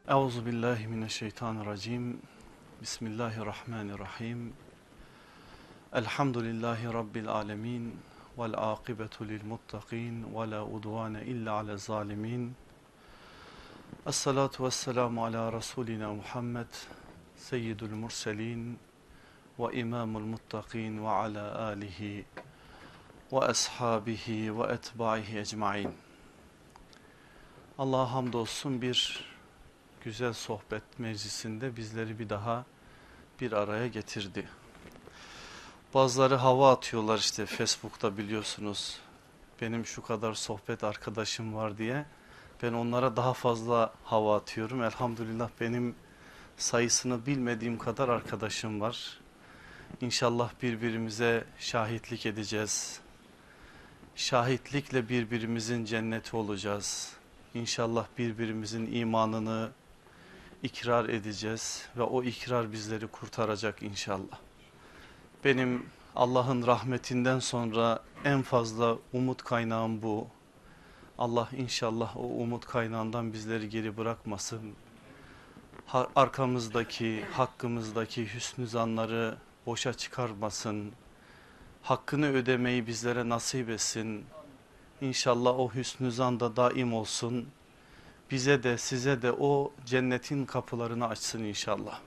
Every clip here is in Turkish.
Euzubillahimineşşeytanirracim. Bismillahirrahmanirrahim. Elhamdülillahi Rabbil alemin. Vel akibetu lil muttaqin. Ve la udvane illa ale zalimin. Esselatu vesselamu ala Resulina Muhammed. Seyyidül murselin. Ve imamul muttaqin. Ve ala alihi ve ashabihi ve etbaihi ecmain. Allah'a hamdolsun bir güzel sohbet meclisinde bizleri bir daha bir araya getirdi. Bazıları hava atıyorlar işte Facebook'ta biliyorsunuz. Benim şu kadar sohbet arkadaşım var diye. Ben onlara daha fazla hava atıyorum. Elhamdülillah benim sayısını bilmediğim kadar arkadaşım var. İnşallah birbirimize şahitlik edeceğiz. Şahitlikle birbirimizin cenneti olacağız. İnşallah birbirimizin imanını ikrar edeceğiz ve o ikrar bizleri kurtaracak inşallah. Benim Allah'ın rahmetinden sonra en fazla umut kaynağım bu. Allah inşallah o umut kaynağından bizleri geri bırakmasın. Arkamızdaki, hakkımızdaki hüsnü zanları boşa çıkarmasın. Hakkını ödemeyi bizlere nasip etsin. İnşallah o hüsnü zan da daim olsun. Bize de size de o cennetin kapılarını açsın inşallah.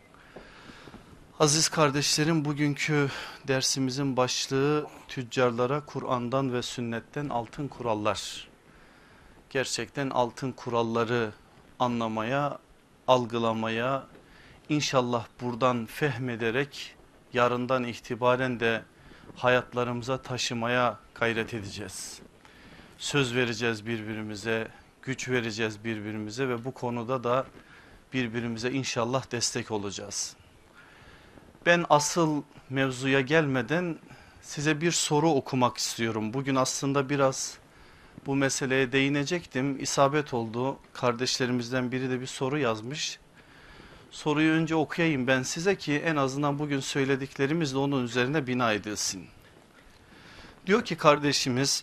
Aziz kardeşlerim, bugünkü dersimizin başlığı tüccarlara Kur'an'dan ve sünnetten altın kurallar. Gerçekten altın kuralları anlamaya, algılamaya, inşallah buradan fehmederek yarından itibaren de hayatlarımıza taşımaya gayret edeceğiz. Söz vereceğiz birbirimize, güç vereceğiz birbirimize ve bu konuda da birbirimize inşallah destek olacağız. Ben asıl mevzuya gelmeden size bir soru okumak istiyorum. Bugün aslında biraz bu meseleye değinecektim. İsabet oldu. Kardeşlerimizden biri de bir soru yazmış. Soruyu önce okuyayım ben size ki en azından bugün söylediklerimiz de onun üzerine bina edilsin. Diyor ki kardeşimiz,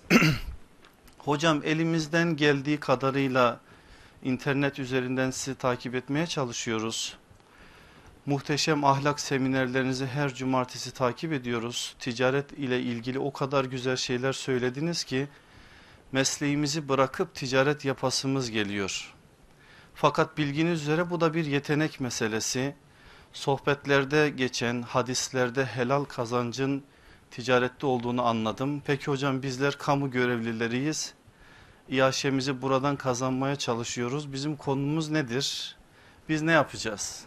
hocam elimizden geldiği kadarıyla internet üzerinden sizi takip etmeye çalışıyoruz. Muhteşem ahlak seminerlerinizi her cumartesi takip ediyoruz. Ticaret ile ilgili o kadar güzel şeyler söylediniz ki mesleğimizi bırakıp ticaret yapasımız geliyor. Fakat bilginiz üzere bu da bir yetenek meselesi. Sohbetlerde geçen hadislerde helal kazancın ticarette olduğunu anladım. Peki hocam bizler kamu görevlileriyiz. İAŞ'emizi buradan kazanmaya çalışıyoruz. Bizim konumuz nedir? Biz ne yapacağız?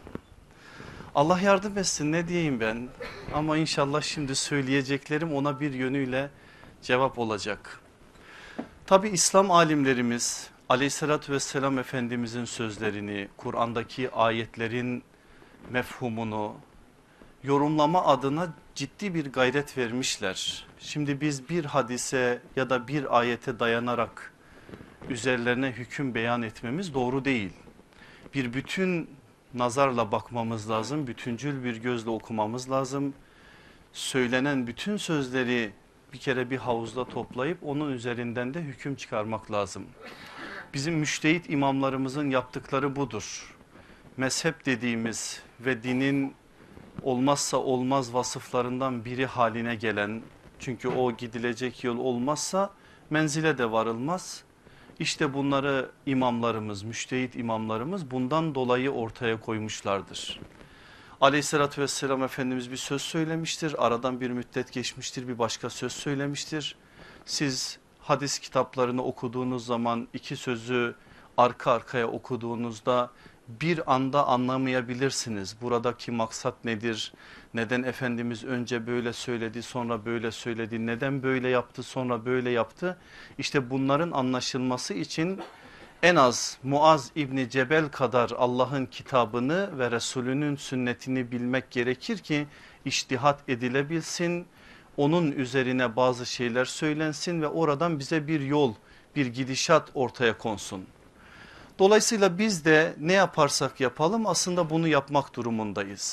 Allah yardım etsin, ne diyeyim ben, ama inşallah şimdi söyleyeceklerim ona bir yönüyle cevap olacak. Tabi İslam alimlerimiz aleyhissalatü vesselam Efendimizin sözlerini, Kur'an'daki ayetlerin mefhumunu yorumlama adına ciddi bir gayret vermişler. Şimdi biz bir hadise ya da bir ayete dayanarak üzerlerine hüküm beyan etmemiz doğru değil. Bir bütün nazarla bakmamız lazım, bütüncül bir gözle okumamız lazım. Söylenen bütün sözleri bir kere bir havuzda toplayıp onun üzerinden de hüküm çıkarmak lazım. Bizim müştehit imamlarımızın yaptıkları budur. Mezhep dediğimiz ve dinin olmazsa olmaz vasıflarından biri haline gelen, çünkü o gidilecek yol olmazsa menzile de varılmaz. İşte bunları imamlarımız, müştehit imamlarımız bundan dolayı ortaya koymuşlardır. Aleyhissalatü vesselam Efendimiz bir söz söylemiştir. Aradan bir müddet geçmiştir, bir başka söz söylemiştir. Siz hadis kitaplarını okuduğunuz zaman iki sözü arka arkaya okuduğunuzda bir anda anlamayabilirsiniz. Buradaki maksat nedir? Neden Efendimiz önce böyle söyledi, sonra böyle söyledi? Neden böyle yaptı, sonra böyle yaptı? İşte bunların anlaşılması için en az Muaz İbni Cebel kadar Allah'ın kitabını ve Resulünün sünnetini bilmek gerekir ki içtihat edilebilsin. Onun üzerine bazı şeyler söylensin ve oradan bize bir yol, bir gidişat ortaya konsun. Dolayısıyla biz de ne yaparsak yapalım aslında bunu yapmak durumundayız.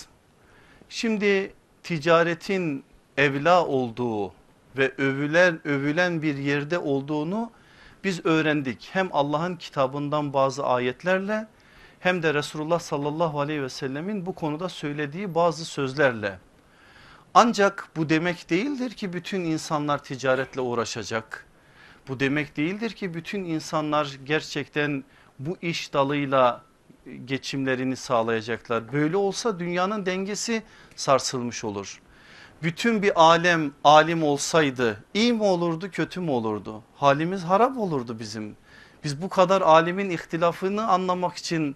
Şimdi ticaretin evla olduğu ve övülen bir yerde olduğunu biz öğrendik. Hem Allah'ın kitabından bazı ayetlerle hem de Resulullah sallallahu aleyhi ve sellemin bu konuda söylediği bazı sözlerle. Ancak bu demek değildir ki bütün insanlar ticaretle uğraşacak. Bu demek değildir ki bütün insanlar gerçekten bu iş dalıyla geçimlerini sağlayacaklar. Böyle olsa dünyanın dengesi sarsılmış olur. Bütün bir alem alim olsaydı iyi mi olurdu, kötü mü olurdu? Halimiz harap olurdu bizim. Biz bu kadar alimin ihtilafını anlamak için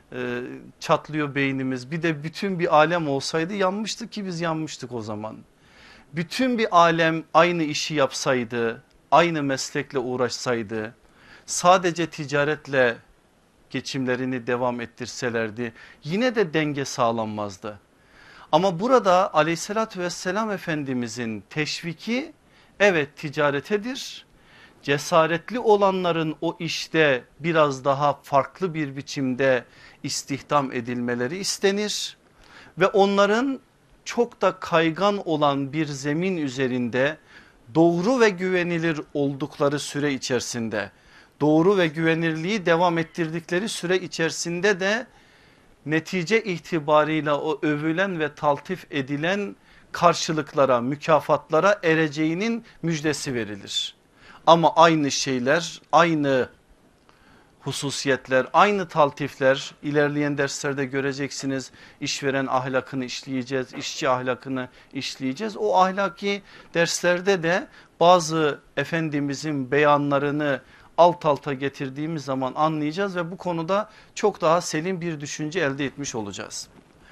çatlıyor beynimiz. Bir de bütün bir alem olsaydı yanmıştık ki biz yanmıştık o zaman. Bütün bir alem aynı işi yapsaydı, aynı meslekle uğraşsaydı, sadece ticaretle geçimlerini devam ettirselerdi yine de denge sağlanmazdı. Ama burada aleyhissalatü vesselam Efendimizin teşviki evet ticaretedir. Cesaretli olanların o işte biraz daha farklı bir biçimde istihdam edilmeleri istenir ve onların çok da kaygan olan bir zemin üzerinde doğru ve güvenilir oldukları süre içerisinde, doğru ve güvenirliği devam ettirdikleri süre içerisinde de netice itibarıyla o övülen ve taltif edilen karşılıklara, mükafatlara ereceğinin müjdesi verilir. Ama aynı şeyler, aynı hususiyetler, aynı taltifler ilerleyen derslerde göreceksiniz. İşveren ahlakını işleyeceğiz, işçi ahlakını işleyeceğiz. O ahlaki derslerde de bazı Efendimizin beyanlarını alt alta getirdiğimiz zaman anlayacağız ve bu konuda çok daha selim bir düşünce elde etmiş olacağız.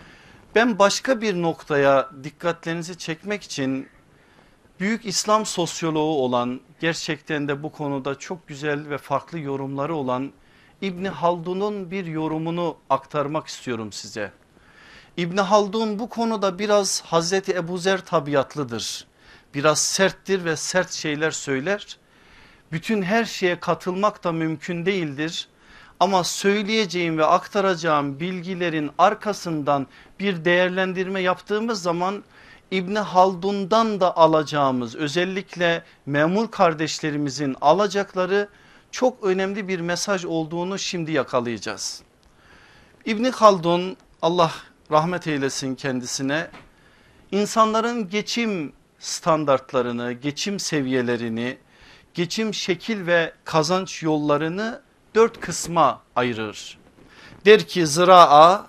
Ben başka bir noktaya dikkatlerinizi çekmek için büyük İslam sosyoloğu olan, gerçekten de bu konuda çok güzel ve farklı yorumları olan İbni Haldun'un bir yorumunu aktarmak istiyorum size. İbni Haldun bu konuda biraz Hazreti Ebu Zer tabiatlıdır. Biraz serttir ve sert şeyler söyler. Bütün her şeye katılmak da mümkün değildir. Ama söyleyeceğim ve aktaracağım bilgilerin arkasından bir değerlendirme yaptığımız zaman İbni Haldun'dan da alacağımız, özellikle memur kardeşlerimizin alacakları çok önemli bir mesaj olduğunu şimdi yakalayacağız. İbni Haldun, Allah rahmet eylesin kendisine, insanların geçim standartlarını, geçim seviyelerini, geçim şekil ve kazanç yollarını 4 kısma ayırır. Der ki zira'a,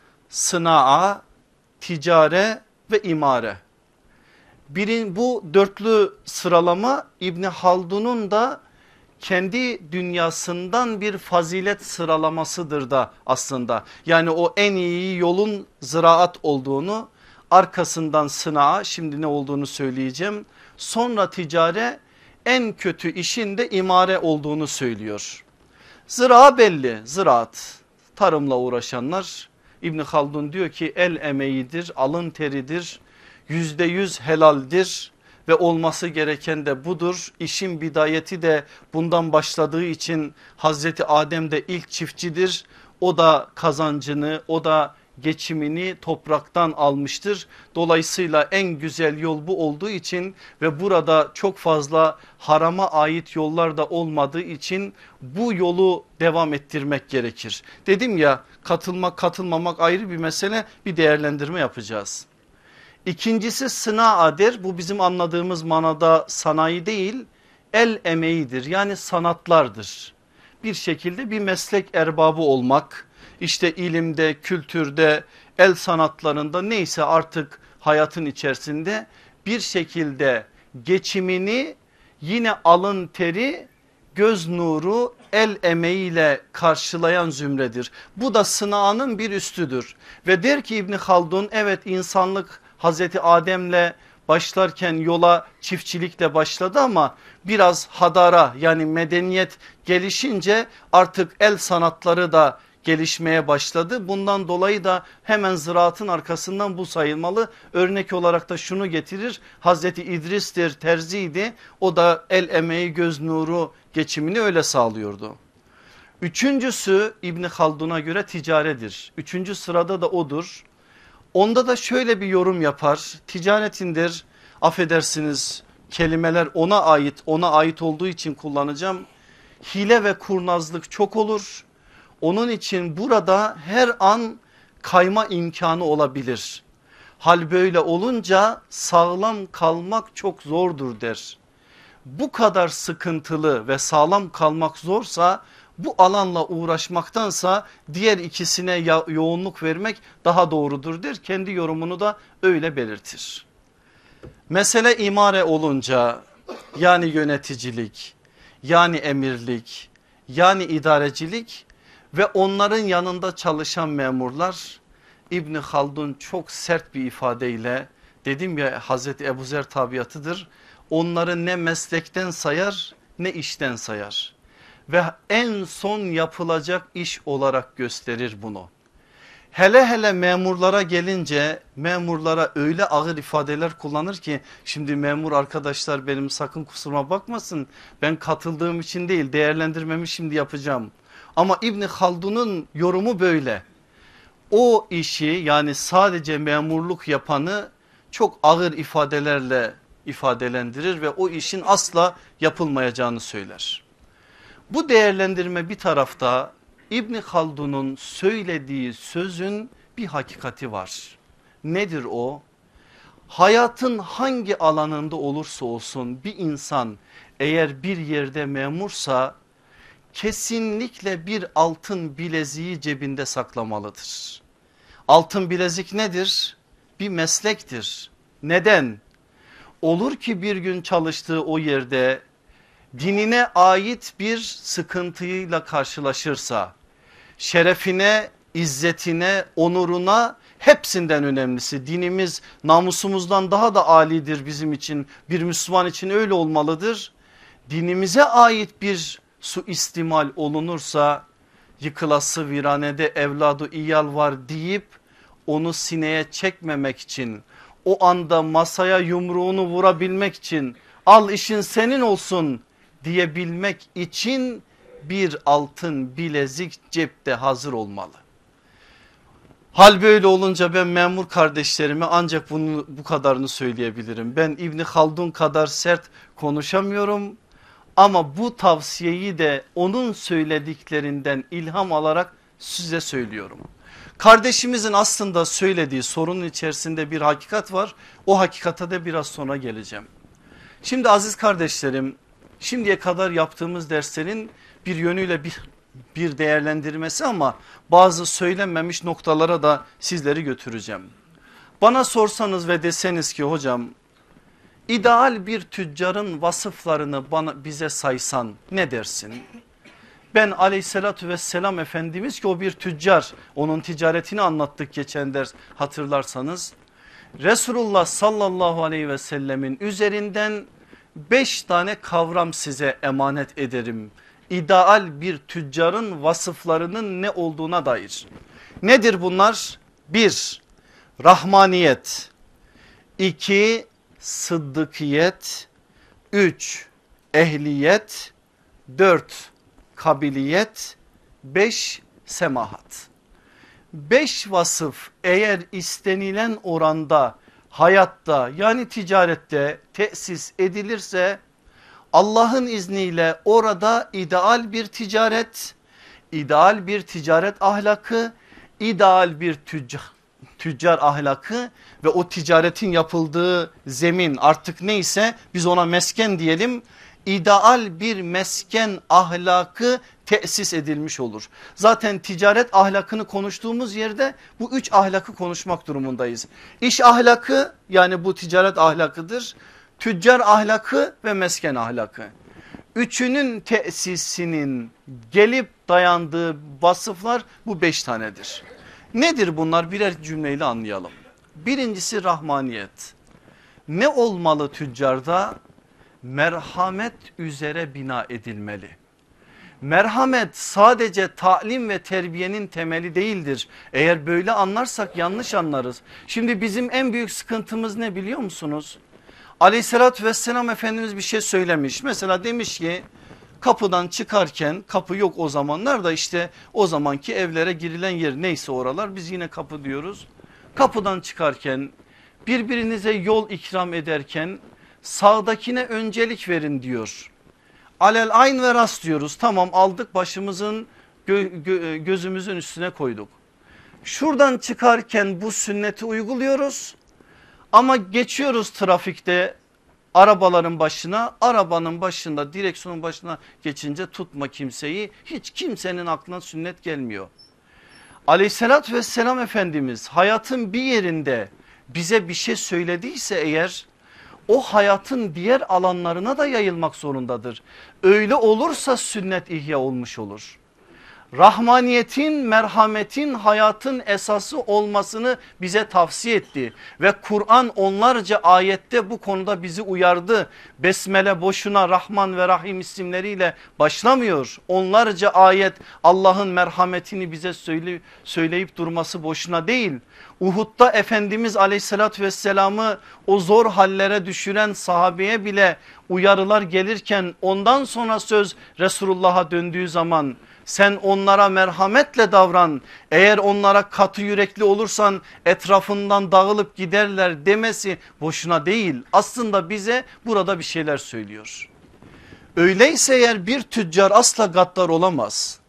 sına'a, ticare ve imare. Bu dörtlü sıralama İbni Haldun'un da kendi dünyasından bir fazilet sıralamasıdır da aslında. Yani o en iyi yolun ziraat olduğunu, arkasından sına'a, şimdi ne olduğunu söyleyeceğim, sonra ticare, en kötü işin de imare olduğunu söylüyor. Zira belli, ziraat, tarımla uğraşanlar. İbni Haldun diyor ki el emeğidir, alın teridir, %100 helaldir ve olması gereken de budur. İşin bidayeti de bundan başladığı için Hazreti Adem de ilk çiftçidir. O da kazancını, o da geçimini topraktan almıştır. Dolayısıyla en güzel yol bu olduğu için ve burada çok fazla harama ait yollar da olmadığı için bu yolu devam ettirmek gerekir. Dedim ya, katılmak katılmamak ayrı bir mesele, bir değerlendirme yapacağız. İkincisi sınaadır, bu bizim anladığımız manada sanayi değil, el emeğidir, yani sanatlardır. Bir şekilde bir meslek erbabı olmak, işte ilimde, kültürde, el sanatlarında, neyse artık hayatın içerisinde bir şekilde geçimini yine alın teri, göz nuru, el emeğiyle karşılayan zümredir. Bu da sınağının bir üstüdür ve der ki İbni Haldun, evet insanlık Hazreti Adem'le başlarken yola çiftçilikle başladı ama biraz hadara, yani medeniyet gelişince artık el sanatları da gelişmeye başladı. Bundan dolayı da hemen ziraatın arkasından bu sayılmalı. Örnek olarak da şunu getirir, Hazreti İdris'tir, terziydi, o da el emeği, göz nuru geçimini öyle sağlıyordu. Üçüncüsü İbni Haldun'a göre ticaredir. Üçüncü sırada da odur. Onda da şöyle bir yorum yapar, ticaretindir, affedersiniz kelimeler ona ait olduğu için kullanacağım. Hile ve kurnazlık çok olur. Onun için burada her an kayma imkanı olabilir. Hal böyle olunca sağlam kalmak çok zordur der. Bu kadar sıkıntılı ve sağlam kalmak zorsa bu alanla uğraşmaktansa diğer ikisine yoğunluk vermek daha doğrudur der. Kendi yorumunu da öyle belirtir. Mesele imare olunca, yani yöneticilik, yani emirlik, yani idarecilik ve onların yanında çalışan memurlar, İbni Haldun çok sert bir ifadeyle, dedim ya Hazreti Ebu Zer tabiatıdır, onları ne meslekten sayar ne işten sayar ve en son yapılacak iş olarak gösterir bunu. Hele hele memurlara gelince memurlara öyle ağır ifadeler kullanır ki, şimdi memur arkadaşlar benim sakın kusuruma bakmasın, ben katıldığım için değil, değerlendirmemi şimdi yapacağım. Ama İbni Haldun'un yorumu böyle. O işi, yani sadece memurluk yapanı çok ağır ifadelerle ifadelendirir ve o işin asla yapılmayacağını söyler. Bu değerlendirme bir tarafta, İbni Haldun'un söylediği sözün bir hakikati var. Nedir o? Hayatın hangi alanında olursa olsun bir insan eğer bir yerde memursa kesinlikle bir altın bileziği cebinde saklamalıdır. Altın bilezik nedir? Bir meslektir. Neden? Olur ki bir gün çalıştığı o yerde dinine ait bir sıkıntıyla karşılaşırsa, şerefine, izzetine, onuruna, hepsinden önemlisi dinimiz namusumuzdan daha da alidir bizim için, bir Müslüman için öyle olmalıdır. Dinimize ait bir suistimal olunursa, yıkılası viranede evladı iyal var deyip onu sineye çekmemek için, o anda masaya yumruğunu vurabilmek için, al işin senin olsun diyebilmek için bir altın bilezik cepte hazır olmalı. Hal böyle olunca ben memur kardeşlerime ancak bu kadarını söyleyebilirim. Ben İbni Haldun kadar sert konuşamıyorum ama bu tavsiyeyi de onun söylediklerinden ilham alarak size söylüyorum. Kardeşimizin aslında söylediği sorunun içerisinde bir hakikat var. O hakikate de biraz sonra geleceğim. Şimdi aziz kardeşlerim, şimdiye kadar yaptığımız derslerin bir yönüyle bir değerlendirmesi ama bazı söylenmemiş noktalara da sizleri götüreceğim. Bana sorsanız ve deseniz ki hocam, ideal bir tüccarın vasıflarını bize saysan ne dersin? Ben aleyhissalatü vesselam Efendimiz ki o bir tüccar, onun ticaretini anlattık geçen ders hatırlarsanız. Resulullah sallallahu aleyhi ve sellemin üzerinden 5 tane kavram size emanet ederim. İdeal bir tüccarın vasıflarının ne olduğuna dair. Nedir bunlar? 1. Rahmaniyet. 2. Sıddıkiyet. 3. Ehliyet. 4. Kabiliyet. 5. Semahat. 5 vasıf eğer istenilen oranda hayatta, yani ticarette tesis edilirse Allah'ın izniyle orada ideal bir ticaret, ideal bir ticaret ahlakı, ideal bir tüccar ahlakı ve o ticaretin yapıldığı zemin artık neyse biz ona mesken diyelim, ideal bir mesken ahlakı tesis edilmiş olur. Zaten ticaret ahlakını konuştuğumuz yerde bu 3 ahlakı konuşmak durumundayız. İş ahlakı, yani bu ticaret ahlakıdır. Tüccar ahlakı ve mesken ahlakı. Üçünün tesisinin gelip dayandığı vasıflar bu 5 tanedir. Nedir bunlar? Birer cümleyle anlayalım. Birincisi rahmaniyet. Ne olmalı tüccarda? Merhamet üzere bina edilmeli. Merhamet sadece talim ve terbiyenin temeli değildir. Eğer böyle anlarsak yanlış anlarız. Şimdi bizim en büyük sıkıntımız ne biliyor musunuz? Aleyhissalatü vesselam Efendimiz bir şey söylemiş. Mesela demiş ki kapıdan çıkarken, kapı yok o zamanlar da işte o zamanki evlere girilen yer neyse oralar, biz yine kapı diyoruz. Kapıdan çıkarken, birbirinize yol ikram ederken sağdakine öncelik verin diyor. Alel ayn ve ras diyoruz, tamam aldık, başımızın gözümüzün üstüne koyduk. Şuradan çıkarken bu sünneti uyguluyoruz ama geçiyoruz trafikte arabaların başına, arabanın başında direksiyonun başına geçince tutma kimseyi, hiç kimsenin aklına sünnet gelmiyor. Aleyhissalatü vesselam Efendimiz hayatın bir yerinde bize bir şey söylediyse eğer, o hayatın diğer alanlarına da yayılmak zorundadır. Öyle olursa sünnet ihya olmuş olur. Rahmaniyetin, merhametin hayatın esası olmasını bize tavsiye etti ve Kur'an onlarca ayette bu konuda bizi uyardı. Besmele boşuna Rahman ve Rahim isimleriyle başlamıyor. Onlarca ayet Allah'ın merhametini bize söyleyip durması boşuna değil. Uhud'da Efendimiz aleyhissalatü vesselamı o zor hallere düşüren sahabeye bile uyarılar gelirken ondan sonra söz Resulullah'a döndüğü zaman sen onlara merhametle davran, eğer onlara katı yürekli olursan etrafından dağılıp giderler demesi boşuna değil. Aslında bize burada bir şeyler söylüyor. Öyleyse eğer bir tüccar asla gaddar olamaz.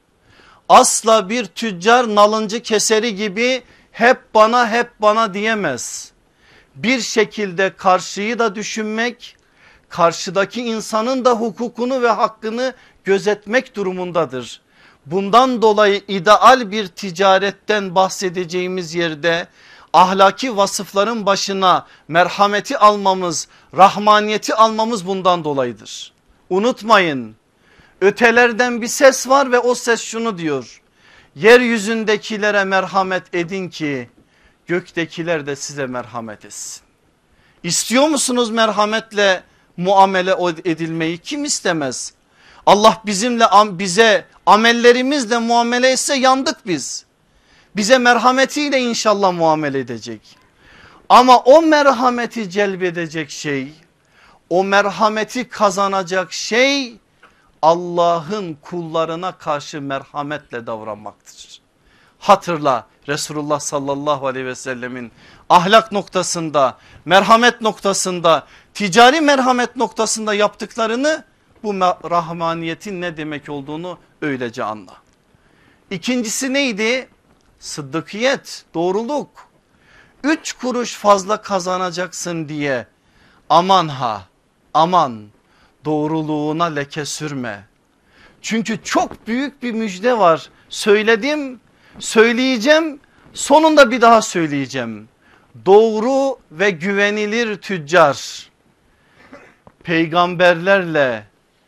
Asla bir tüccar nalıncı keseri gibi hep bana diyemez. Bir şekilde karşıyı da düşünmek, karşıdaki insanın da hukukunu ve hakkını gözetmek durumundadır. Bundan dolayı ideal bir ticaretten bahsedeceğimiz yerde ahlaki vasıfların başına merhameti almamız, rahmaniyeti almamız bundan dolayıdır. Unutmayın, ötelerden bir ses var ve o ses şunu diyor: yeryüzündekilere merhamet edin ki göktekiler de size merhamet etsin. İstiyor musunuz merhametle muamele edilmeyi? Kim istemez? Allah bize amellerimizle muamele etse yandık biz. Bize merhametiyle inşallah muamele edecek. Ama o merhameti celbedecek şey, o merhameti kazanacak şey Allah'ın kullarına karşı merhametle davranmaktır. Hatırla, Resulullah sallallahu aleyhi ve sellemin ahlak noktasında, merhamet noktasında, ticari merhamet noktasında yaptıklarını, bu rahmaniyetin ne demek olduğunu öylece anla. İkincisi neydi? Sıddıkiyet, doğruluk. 3 kuruş fazla kazanacaksın diye aman ha aman doğruluğuna leke sürme. Çünkü çok büyük bir müjde var. Söyledim, söyleyeceğim, sonunda bir daha söyleyeceğim. Doğru ve güvenilir tüccar peygamberlerle,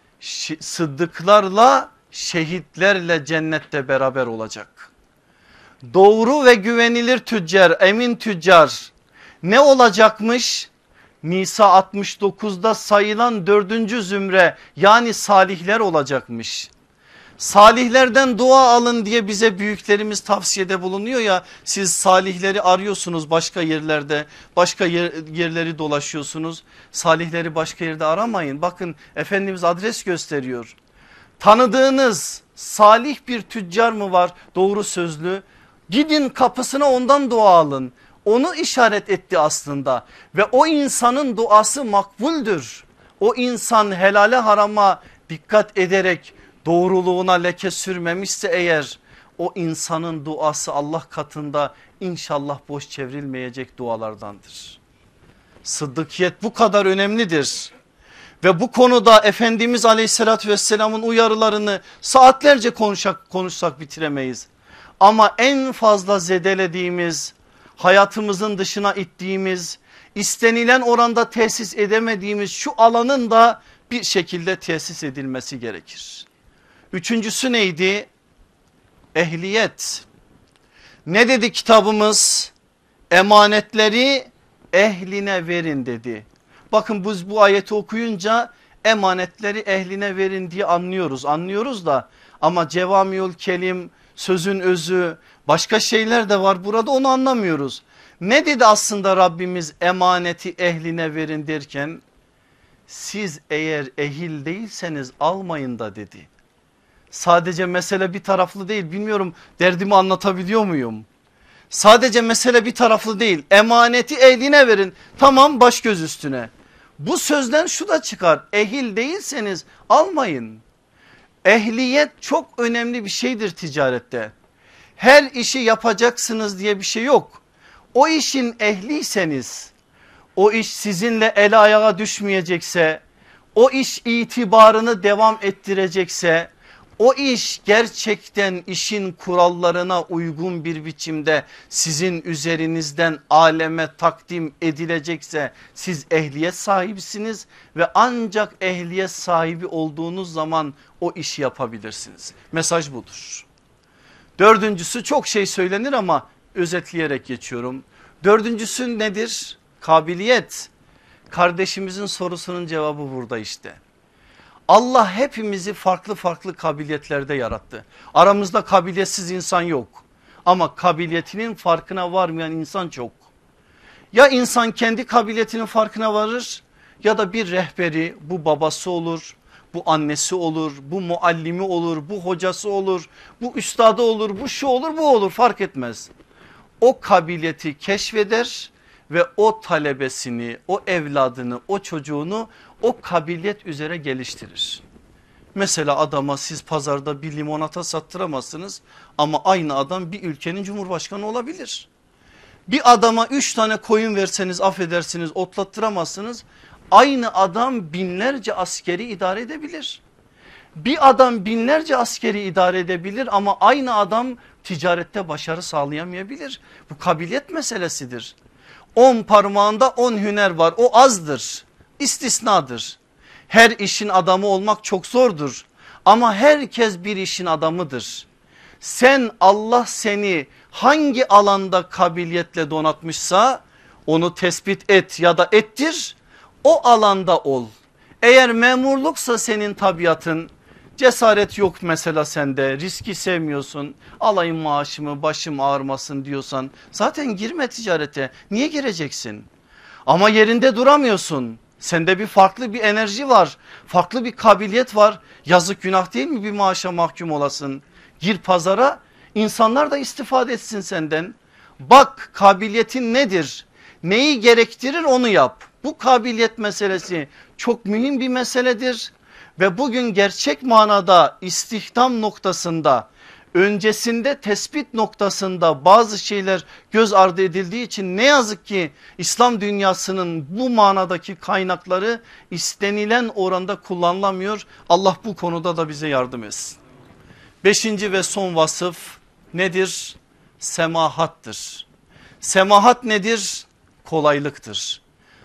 sıddıklarla, şehitlerle cennette beraber olacak. Doğru ve güvenilir tüccar, emin tüccar ne olacakmış? Nisa 69'da sayılan 4. zümre, yani salihler olacakmış. Salihlerden dua alın diye bize büyüklerimiz tavsiyede bulunuyor ya, siz salihleri arıyorsunuz başka yerlerde, başka yerleri dolaşıyorsunuz. Salihleri başka yerde aramayın. Bakın Efendimiz adres gösteriyor. Tanıdığınız salih bir tüccar mı var, doğru sözlü? Gidin kapısına, ondan dua alın. Onu işaret etti aslında ve o insanın duası makbuldür. O insan helale harama dikkat ederek doğruluğuna leke sürmemişse eğer, o insanın duası Allah katında inşallah boş çevrilmeyecek dualardandır. Sıddıkiyet bu kadar önemlidir ve bu konuda Efendimiz aleyhissalatü vesselamın uyarılarını saatlerce konuşsak bitiremeyiz. Ama en fazla zedelediğimiz, hayatımızın dışına ittiğimiz, istenilen oranda tesis edemediğimiz şu alanın da bir şekilde tesis edilmesi gerekir. Üçüncüsü neydi? Ehliyet. Ne dedi kitabımız? Emanetleri ehline verin dedi. Bakın biz bu ayeti okuyunca emanetleri ehline verin diye anlıyoruz da, ama cevamiül kelim, sözün özü, başka şeyler de var burada, onu anlamıyoruz. Ne dedi aslında Rabbimiz emaneti ehline verin derken? Siz eğer ehil değilseniz almayın da dedi. Sadece mesele bir taraflı değil, bilmiyorum derdimi anlatabiliyor muyum? Sadece mesele bir taraflı değil, emaneti ehline verin, tamam, baş göz üstüne. Bu sözden şu da çıkar: ehil değilseniz almayın. Ehliyet çok önemli bir şeydir ticarette. Her işi yapacaksınız diye bir şey yok. O işin ehliyseniz, o iş sizinle el ayağa düşmeyecekse, o iş itibarını devam ettirecekse, o iş gerçekten işin kurallarına uygun bir biçimde sizin üzerinizden aleme takdim edilecekse siz ehliyet sahibisiniz ve ancak ehliyet sahibi olduğunuz zaman o işi yapabilirsiniz. Mesaj budur. Dördüncüsü, çok şey söylenir ama özetleyerek geçiyorum. Dördüncüsü nedir? Kabiliyet. Kardeşimizin sorusunun cevabı burada işte. Allah hepimizi farklı farklı kabiliyetlerde yarattı. Aramızda kabiliyetsiz insan yok. Ama kabiliyetinin farkına varmayan insan çok. Ya insan kendi kabiliyetinin farkına varır ya da bir rehberi, bu babası olur, bu annesi olur, bu muallimi olur, bu hocası olur, bu üstadı olur, bu şu olur, bu olur, fark etmez. O kabiliyeti keşfeder ve o talebesini, o evladını, o çocuğunu o kabiliyet üzere geliştirir. Mesela adama siz pazarda bir limonata sattıramazsınız ama aynı adam bir ülkenin cumhurbaşkanı olabilir. Bir adama 3 tane koyun verseniz, affedersiniz, otlattıramazsınız. Aynı adam binlerce askeri idare edebilir. Bir adam binlerce askeri idare edebilir ama aynı adam ticarette başarı sağlayamayabilir. Bu kabiliyet meselesidir. 10 parmağında 10 hüner var, o azdır, istisnadır. Her işin adamı olmak çok zordur ama herkes bir işin adamıdır. Sen, Allah seni hangi alanda kabiliyetle donatmışsa onu tespit et ya da ettir, o alanda ol. Eğer memurluksa senin tabiatın, cesaret yok mesela sende, riski sevmiyorsun, alayım maaşımı başım ağrımasın diyorsan zaten girme ticarete, niye gireceksin? Ama yerinde duramıyorsun, sende bir farklı bir enerji var, farklı bir kabiliyet var, yazık günah değil mi bir maaşa mahkum olasın? Gir pazara, insanlar da istifade etsin senden. Bak kabiliyetin nedir? Neyi gerektirir onu yap. Bu kabiliyet meselesi çok mühim bir meseledir. Ve bugün gerçek manada istihdam noktasında, öncesinde tespit noktasında bazı şeyler göz ardı edildiği için ne yazık ki İslam dünyasının bu manadaki kaynakları istenilen oranda kullanılamıyor. Allah bu konuda da bize yardım etsin. Beşinci ve son vasıf nedir? Semahattır. Semahat nedir? Kolaylıktır.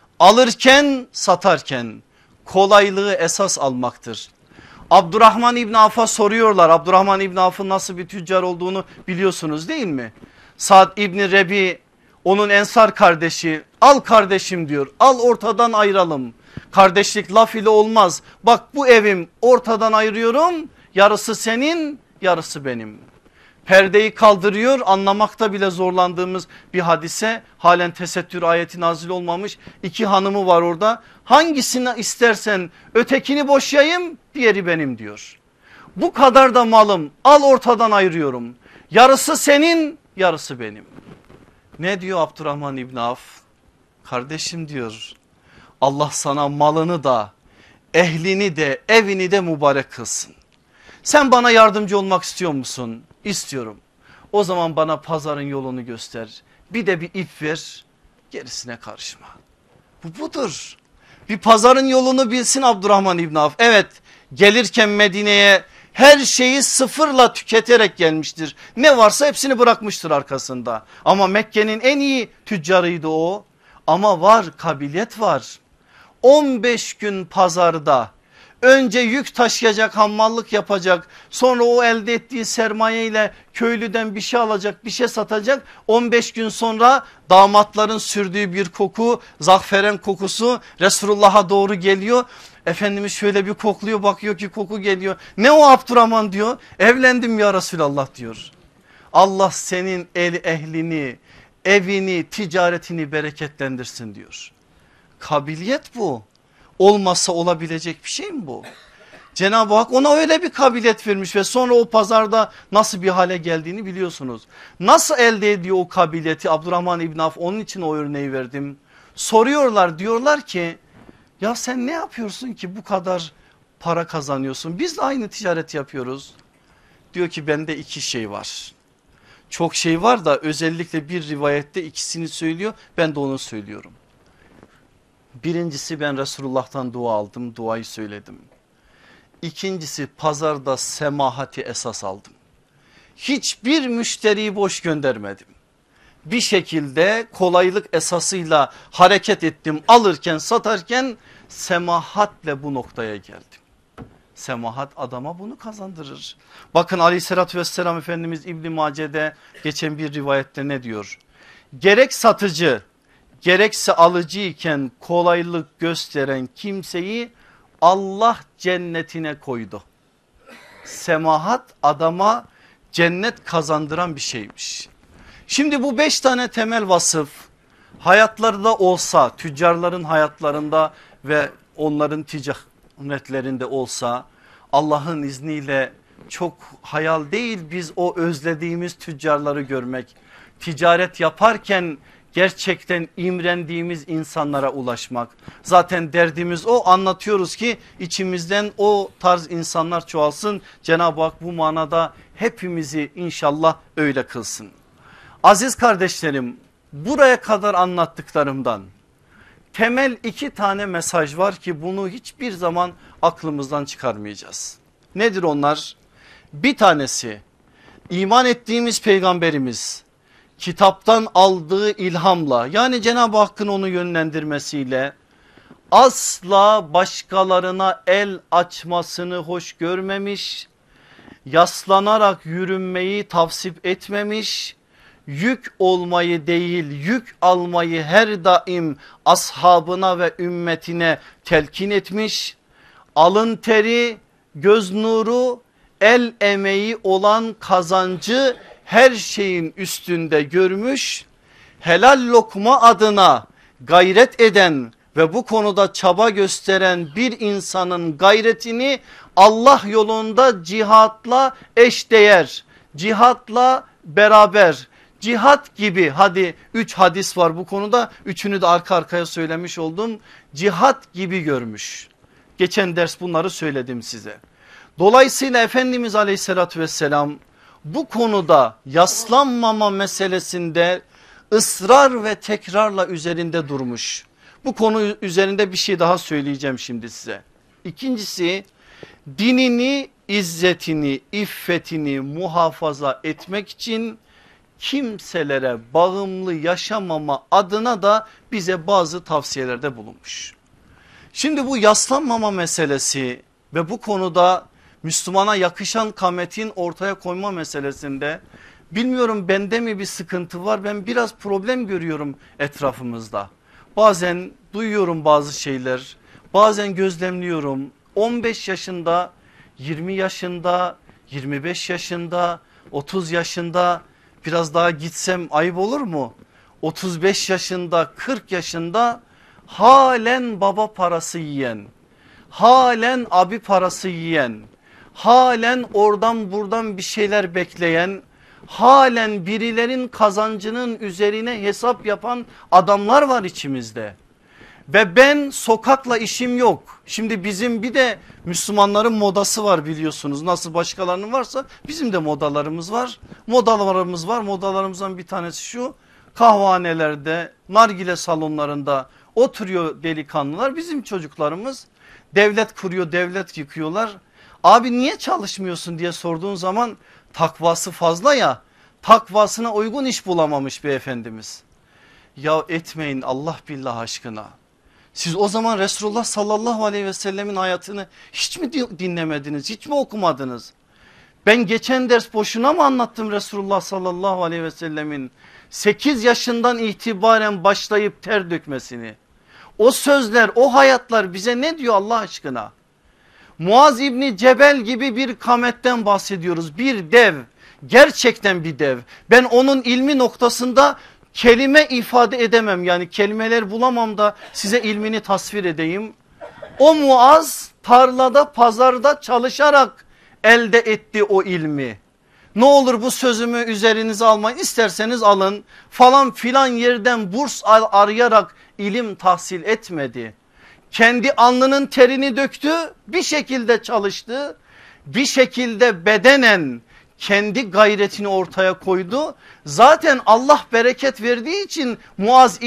Alırken, satarken kolaylığı esas almaktır. Abdurrahman İbni Avf'a soruyorlar. Abdurrahman İbni Avf'ın nasıl bir tüccar olduğunu biliyorsunuz değil mi? Sa'd İbni Rebi, onun Ensar kardeşi, al kardeşim diyor, al ortadan ayıralım. Kardeşlik laf ile olmaz. Bak bu evim, ortadan ayırıyorum, yarısı senin, yarısı benim. Perdeyi kaldırıyor, anlamakta bile zorlandığımız bir hadise. Halen tesettür ayeti nazil olmamış, 2 hanımı var orada. Hangisini istersen ötekini boşayayım, diğeri benim diyor. Bu kadar da malım, al ortadan ayırıyorum. Yarısı senin, yarısı benim. Ne diyor Abdurrahman İbni Avf? Kardeşim diyor, Allah sana malını da, ehlini de, evini de mübarek kılsın. Sen bana yardımcı olmak istiyor musun? İstiyorum. O zaman bana pazarın yolunu göster. Bir de bir ip ver, gerisine karışma. Bu budur. Bir pazarın yolunu bilsin Abdurrahman İbni Avf. Evet, gelirken Medine'ye her şeyi sıfırla tüketerek gelmiştir. Ne varsa hepsini bırakmıştır arkasında. Ama Mekke'nin en iyi tüccarıydı o. Ama var, kabiliyet var. 15 gün pazarda önce yük taşıyacak, hammallık yapacak, sonra o elde ettiği sermaye ile köylüden bir şey alacak, bir şey satacak. 15 gün sonra damatların sürdüğü bir koku, zaferen kokusu Resulullah'a doğru geliyor. Efendimiz şöyle bir kokluyor, bakıyor ki koku geliyor. Ne o Abdurrahman diyor, evlendim ya Resulallah diyor. Allah senin ehlini, evini, ticaretini bereketlendirsin diyor. Kabiliyet bu. Olmazsa olabilecek bir şey mi bu? Cenab-ı Hak ona öyle bir kabiliyet vermiş ve sonra o pazarda nasıl bir hale geldiğini biliyorsunuz. Nasıl elde ediyor o kabiliyeti Abdurrahman İbn Avf, onun için o örneği verdim. Soruyorlar, diyorlar ki ya sen ne yapıyorsun ki bu kadar para kazanıyorsun. Biz de aynı ticaret yapıyoruz. Diyor ki bende iki şey var. Çok şey var da özellikle bir rivayette ikisini söylüyor. Ben de onu söylüyorum. Birincisi ben Resulullah'tan dua aldım. Duayı söyledim. İkincisi pazarda semahati esas aldım. Hiçbir müşteriyi boş göndermedim. Bir şekilde kolaylık esasıyla hareket ettim. Alırken satarken semahatle bu noktaya geldim. Semahat adama bunu kazandırır. Bakın aleyhissalatü vesselam Efendimiz İbn-i Mace'de geçen bir rivayette ne diyor? Gerek satıcı gerekse alıcı iken kolaylık gösteren kimseyi Allah cennetine koydu. Semahat adama cennet kazandıran bir şeymiş. Şimdi bu 5 tane temel vasıf hayatlarda olsa, tüccarların hayatlarında ve onların ticaretlerinde olsa, Allah'ın izniyle çok hayal değil biz o özlediğimiz tüccarları görmek, ticaret yaparken gerçekten imrendiğimiz insanlara ulaşmak. Zaten derdimiz o, anlatıyoruz ki içimizden o tarz insanlar çoğalsın. Cenab-ı Hak bu manada hepimizi inşallah öyle kılsın. Aziz kardeşlerim, buraya kadar anlattıklarımdan temel 2 tane mesaj var ki bunu hiçbir zaman aklımızdan çıkarmayacağız. Nedir onlar? Bir tanesi, iman ettiğimiz peygamberimiz kitaptan aldığı ilhamla, yani Cenab-ı Hakk'ın onu yönlendirmesiyle asla başkalarına el açmasını hoş görmemiş, yaslanarak yürünmeyi tavsip etmemiş, yük olmayı değil yük almayı her daim ashabına ve ümmetine telkin etmiş. Alın teri, göz nuru, el emeği olan kazancı her şeyin üstünde görmüş. Helal lokma adına gayret eden ve bu konuda çaba gösteren bir insanın gayretini Allah yolunda cihatla eşdeğer, cihatla beraber, cihat gibi, hadi 3 hadis var bu konuda, üçünü de arka arkaya söylemiş oldum, cihat gibi görmüş. Geçen ders bunları söyledim size. Dolayısıyla Efendimiz aleyhissalatü vesselam bu konuda yaslanmama meselesinde ısrar ve tekrarla üzerinde durmuş. Bu konu üzerinde bir şey daha söyleyeceğim şimdi size. İkincisi, dinini, izzetini, iffetini muhafaza etmek için kimselere bağımlı yaşamama adına da bize bazı tavsiyelerde bulunmuş. Şimdi bu yaslanmama meselesi ve bu konuda Müslümana yakışan kametin ortaya koyma meselesinde bilmiyorum bende mi bir sıkıntı var, ben biraz problem görüyorum etrafımızda. Bazen duyuyorum bazı şeyler, bazen gözlemliyorum. 15 yaşında, 20 yaşında, 25 yaşında, 30 yaşında, biraz daha gitsem ayıp olur mu? 35 yaşında, 40 yaşında halen baba parası yiyen, halen abi parası yiyen, halen oradan buradan bir şeyler bekleyen, halen birilerin kazancının üzerine hesap yapan adamlar var içimizde. Ve ben sokakla işim yok. Şimdi bizim bir de Müslümanların modası var biliyorsunuz. Nasıl başkalarının varsa bizim de modalarımız var. Modalarımız var. Modalarımızdan bir tanesi şu: kahvehanelerde, nargile salonlarında oturuyor delikanlılar. Bizim çocuklarımız devlet kuruyor, devlet yıkıyorlar. Abi niye çalışmıyorsun diye sorduğun zaman takvası fazla ya, takvasına uygun iş bulamamış beyefendimiz. Ya etmeyin Allah billah aşkına. Siz o zaman Resulullah sallallahu aleyhi ve sellemin hayatını hiç mi dinlemediniz, hiç mi okumadınız? Ben geçen ders boşuna mı anlattım Resulullah sallallahu aleyhi ve sellemin 8 yaşından itibaren başlayıp ter dökmesini? O sözler, o hayatlar bize ne diyor Allah aşkına? Muaz İbni Cebel gibi bir kametten bahsediyoruz, bir dev, gerçekten bir dev. Ben onun ilmi noktasında kelime ifade edemem, yani kelimeler bulamam da size ilmini tasvir edeyim. O Muaz tarlada, pazarda çalışarak elde etti o ilmi. Ne olur bu sözümü üzerinize almayın, isterseniz alın, falan filan yerden burs arayarak ilim tahsil etmedi. kendi alnının terini döktü, bir şekilde çalıştı, bir şekilde bedenen kendi gayretini ortaya koydu. Zaten Allah bereket verdiği için Muaz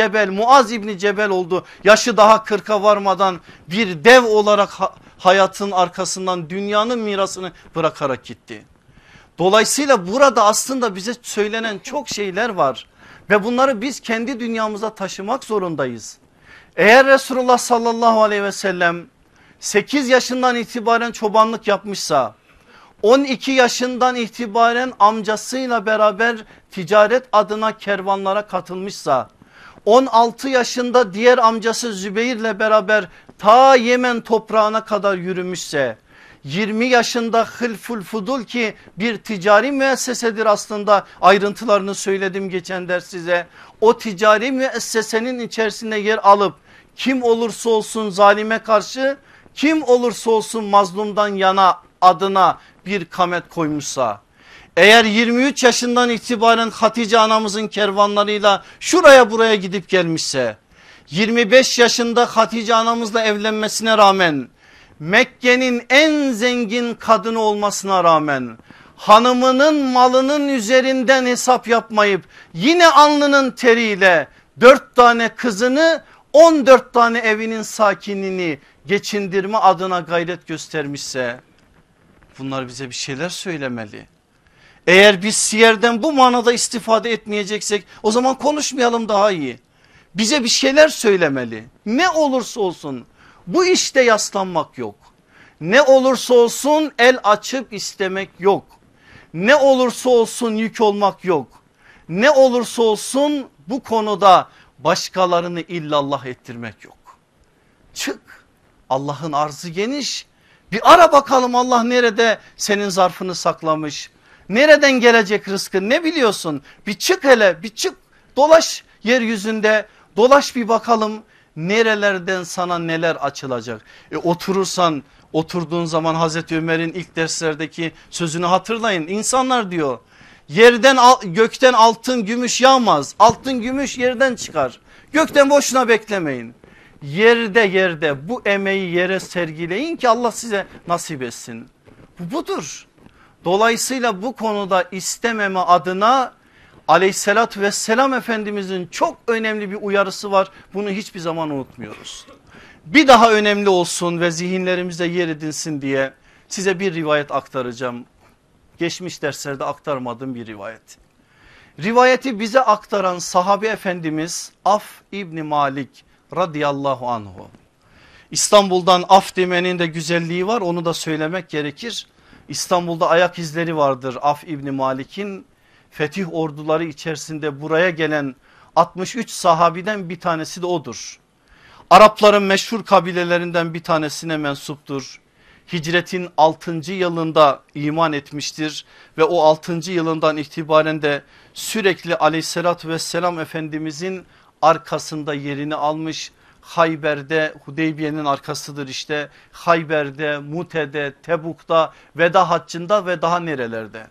İbni Cebel oldu. Yaşı daha 40'a varmadan bir dev olarak hayatın arkasından dünyanın mirasını bırakarak gitti. Dolayısıyla burada aslında bize söylenen çok şeyler var ve bunları biz kendi dünyamıza taşımak zorundayız. Eğer Resulullah sallallahu aleyhi ve sellem 8 yaşından itibaren çobanlık yapmışsa, 12 yaşından itibaren amcasıyla beraber ticaret adına kervanlara katılmışsa, 16 yaşında diğer amcası Zübeyir'le beraber ta Yemen toprağına kadar yürümüşse, 20 yaşında Hılful Fudul ki bir ticari müessesedir aslında, ayrıntılarını söyledim geçen ders size. O ticari müessesenin içerisinde yer alıp kim olursa olsun zalime karşı, kim olursa olsun mazlumdan yana adına bir kamet koymuşsa, eğer 23 yaşından itibaren Hatice anamızın kervanlarıyla şuraya buraya gidip gelmişse, 25 yaşında Hatice anamızla evlenmesine rağmen, Mekke'nin en zengin kadını olmasına rağmen, hanımının malının üzerinden hesap yapmayıp yine alnının teriyle 4 tane kızını, 14 tane evinin sakinini geçindirme adına gayret göstermişse, bunlar bize bir şeyler söylemeli. Eğer biz siyerden bu manada istifade etmeyeceksek o zaman konuşmayalım, daha iyi. Bize bir şeyler söylemeli. Ne olursa olsun bu işte yaslanmak yok. Ne olursa olsun el açıp istemek yok. Ne olursa olsun yük olmak yok. Ne olursa olsun bu konuda başkalarını illallah ettirmek yok. Çık, Allah'ın arzı geniş. Bir ara bakalım Allah nerede senin zarfını saklamış. Nereden gelecek rızkın, ne biliyorsun? Bir çık, hele bir çık, dolaş yeryüzünde, dolaş bir bakalım nerelerden sana neler açılacak. Oturduğun zaman Hazreti Ömer'in ilk derslerdeki sözünü hatırlayın. İnsanlar diyor, yerden gökten altın gümüş yağmaz, altın gümüş yerden çıkar. Gökten boşuna beklemeyin. Yerde bu emeği yere sergileyin ki Allah size nasip etsin. Bu budur. Dolayısıyla bu konuda istememe adına aleyhissalatü vesselam Efendimizin çok önemli bir uyarısı var. Bunu hiçbir zaman unutmuyoruz. Bir daha önemli olsun ve zihinlerimizde yer edinsin diye size bir rivayet aktaracağım. Geçmiş derslerde aktarmadığım bir rivayet. Rivayeti bize aktaran sahabe efendimiz Af İbni Malik radıyallahu anhu. İstanbul'dan Af demenin de güzelliği var, onu da söylemek gerekir. İstanbul'da ayak izleri vardır Af İbni Malik'in. Fetih orduları içerisinde buraya gelen 63 sahabiden bir tanesi de odur. Arapların meşhur kabilelerinden bir tanesine mensuptur. Hicretin 6. yılında iman etmiştir ve o 6. yılından itibaren de sürekli aleyhissalatü vesselam Efendimizin arkasında yerini almış. Hayber'de, Hudeybiye'nin arkasıdır işte, Hayber'de, Mute'de, Tebuk'ta, Veda Haccı'nda ve daha nerelerde.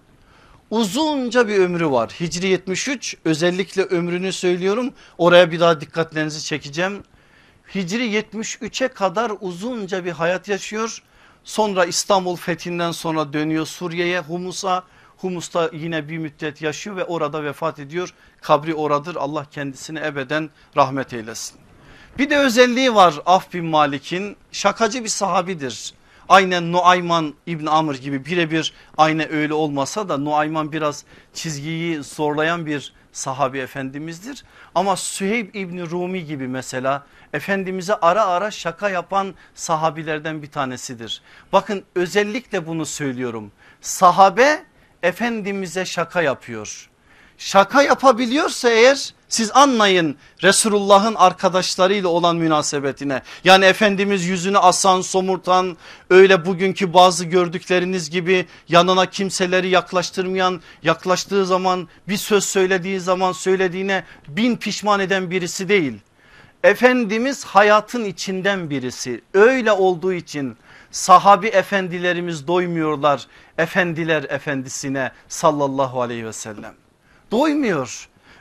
Uzunca bir ömrü var. Hicri 73, özellikle ömrünü söylüyorum, oraya bir daha dikkatlerinizi çekeceğim. Hicri 73'e kadar uzunca bir hayat yaşıyor. Sonra İstanbul fethinden sonra dönüyor Suriye'ye, Humus'a. Humus'ta yine bir müddet yaşıyor ve orada vefat ediyor. Kabri oradır, Allah kendisine ebeden rahmet eylesin. Bir de özelliği var Af bin Malik'in, şakacı bir sahabidir. Aynen Nuayman İbn Amr gibi, birebir aynı öyle olmasa da Nuayman biraz çizgiyi zorlayan bir sahabi efendimizdir. Ama Süheyb İbni Rumi gibi mesela Efendimiz'e ara ara şaka yapan sahabilerden bir tanesidir. Bakın özellikle bunu söylüyorum, sahabe Efendimiz'e şaka yapıyor. Şaka yapabiliyorsa eğer, siz anlayın Resulullah'ın arkadaşlarıyla olan münasebetine. Yani Efendimiz yüzünü asan, somurtan, öyle bugünkü bazı gördükleriniz gibi yanına kimseleri yaklaştırmayan, yaklaştığı zaman bir söz söylediği zaman söylediğine bin pişman eden birisi değil. Efendimiz hayatın içinden birisi, öyle olduğu için sahabi efendilerimiz doymuyorlar efendiler efendisine sallallahu aleyhi ve sellem. Doymuyor.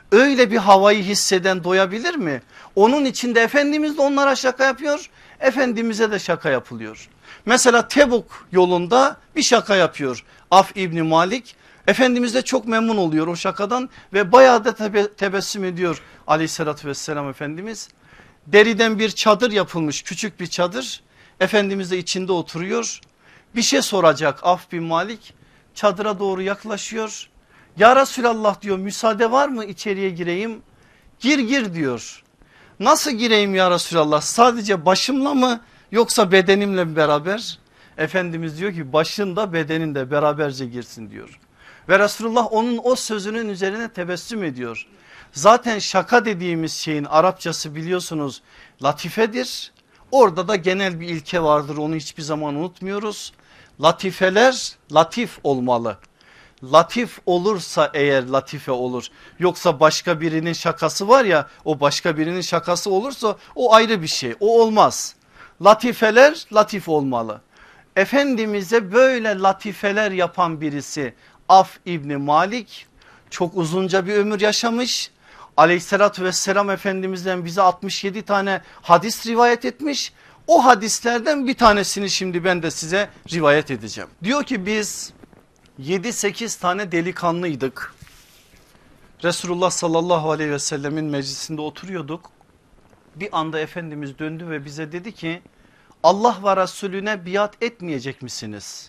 Öyle bir havayı hisseden doyabilir mi? Onun için de Efendimiz de onlara şaka yapıyor. Efendimiz'e de şaka yapılıyor. Mesela Tebuk yolunda bir şaka yapıyor Af İbni Malik. Efendimiz de çok memnun oluyor o şakadan ve bayağı da tebessüm ediyor aleyhissalatü vesselam Efendimiz. Deriden bir çadır yapılmış, küçük bir çadır. Efendimiz de içinde oturuyor. Bir şey soracak Af bin Malik, çadıra doğru yaklaşıyor. Ya Resulallah diyor, müsaade var mı içeriye gireyim? Gir diyor. Nasıl gireyim ya Resulallah, sadece başımla mı yoksa bedenimle mi beraber? Efendimiz diyor ki başın da bedenin de beraberce girsin diyor. Ve Resulullah onun o sözünün üzerine tebessüm ediyor. Zaten şaka dediğimiz şeyin Arapçası biliyorsunuz latifedir. Orada da genel bir ilke vardır, onu hiçbir zaman unutmuyoruz. Latifeler latif olmalı. Latif olursa eğer latife olur. Yoksa başka birinin şakası var ya, o başka birinin şakası olursa o ayrı bir şey, o olmaz. Latifeler latif olmalı. Efendimiz'e böyle latifeler yapan birisi Af İbni Malik çok uzunca bir ömür yaşamış. Aleyhissalatü vesselam Efendimiz'den bize 67 tane hadis rivayet etmiş. O hadislerden bir tanesini şimdi ben de size rivayet edeceğim. Diyor ki biz 7-8 tane delikanlıydık. Resulullah sallallahu aleyhi ve sellemin meclisinde oturuyorduk. Bir anda Efendimiz döndü ve bize dedi ki Allah ve Resulüne biat etmeyecek misiniz?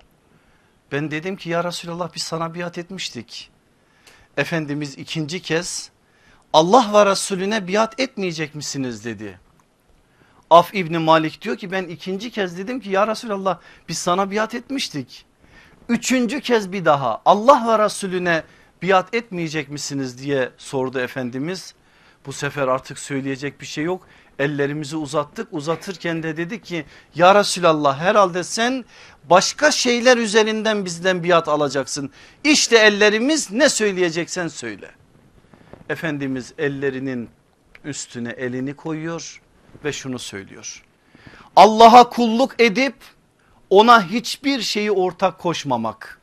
Ben dedim ki ya Resulallah biz sana biat etmiştik. Efendimiz ikinci kez Allah ve Resulüne biat etmeyecek misiniz dedi. Af İbni Malik diyor ki ben ikinci kez dedim ki ya Resulallah biz sana biat etmiştik. Üçüncü kez bir daha Allah ve Resulüne biat etmeyecek misiniz diye sordu Efendimiz. Bu sefer artık söyleyecek bir şey yok. Ellerimizi uzattık, uzatırken de dedik ki ya Resulallah herhalde sen başka şeyler üzerinden bizden biat alacaksın. İşte ellerimiz, ne söyleyeceksen söyle. Efendimiz ellerinin üstüne elini koyuyor ve şunu söylüyor. Allah'a kulluk edip ona hiçbir şeyi ortak koşmamak,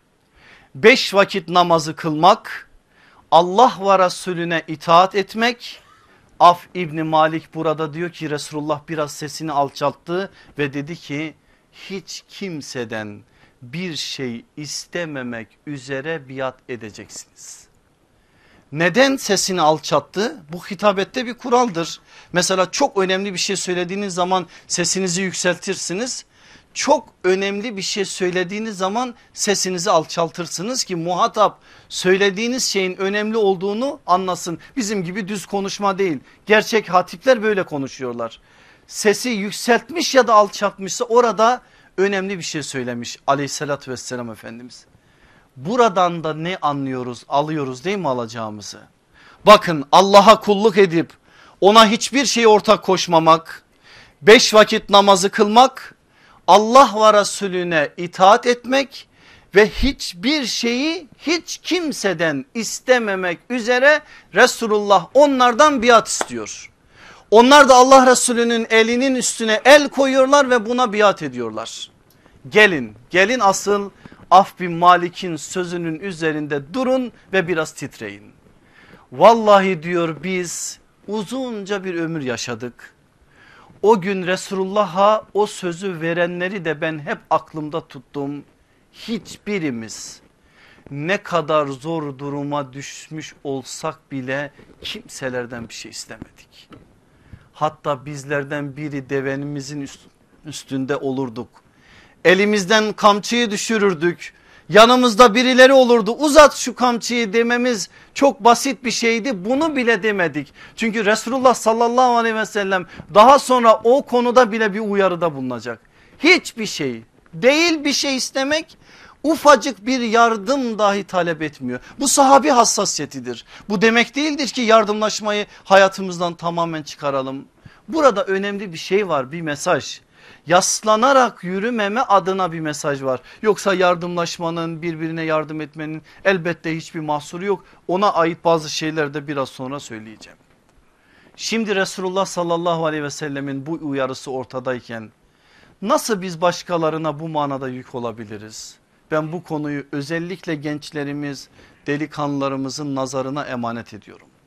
5 vakit namazı kılmak, Allah ve Resulüne itaat etmek. Af İbni Malik burada diyor ki Resulullah biraz sesini alçalttı ve dedi ki hiç kimseden bir şey istememek üzere biat edeceksiniz. Neden sesini alçalttı? Bu hitabette bir kuraldır. Mesela çok önemli bir şey söylediğiniz zaman sesinizi yükseltirsiniz. Çok önemli bir şey söylediğiniz zaman sesinizi alçaltırsınız ki muhatap söylediğiniz şeyin önemli olduğunu anlasın. Bizim gibi düz konuşma değil. Gerçek hatipler böyle konuşuyorlar. Sesi yükseltmiş ya da alçaltmışsa orada önemli bir şey söylemiş aleyhissalatü vesselam Efendimiz. Buradan da ne anlıyoruz, alıyoruz değil mi alacağımızı? Bakın Allah'a kulluk edip ona hiçbir şey ortak koşmamak, 5 vakit namazı kılmak, Allah ve Resulüne itaat etmek ve hiçbir şeyi hiç kimseden istememek üzere Resulullah onlardan biat istiyor. Onlar da Allah Resulü'nün elinin üstüne el koyuyorlar ve buna biat ediyorlar. Gelin asıl Af bin Malik'in sözünün üzerinde durun ve biraz titreyin. Vallahi diyor biz uzunca bir ömür yaşadık. O gün Resulullah'a o sözü verenleri de ben hep aklımda tuttum. Hiçbirimiz ne kadar zor duruma düşmüş olsak bile kimselerden bir şey istemedik. Hatta bizlerden biri devenimizin üstünde olurduk. Elimizden kamçıyı düşürürdük. Yanımızda birileri olurdu, uzat şu kamçıyı dememiz çok basit bir şeydi, bunu bile demedik. Çünkü Resulullah sallallahu aleyhi ve sellem daha sonra o konuda bile bir uyarıda bulunacak. Hiçbir şey değil, bir şey istemek, ufacık bir yardım dahi talep etmiyor. Bu sahabi hassasiyetidir. Bu demek değildir ki yardımlaşmayı hayatımızdan tamamen çıkaralım. Burada önemli bir şey var, bir mesaj. Yaslanarak yürümeme adına bir mesaj var. Yoksa yardımlaşmanın, birbirine yardım etmenin elbette hiçbir mahsuru yok. Ona ait bazı şeyler de biraz sonra söyleyeceğim. Şimdi Resulullah sallallahu aleyhi ve sellemin bu uyarısı ortadayken nasıl biz başkalarına bu manada yük olabiliriz? Ben bu konuyu özellikle gençlerimiz, delikanlılarımızın nazarına emanet ediyorum.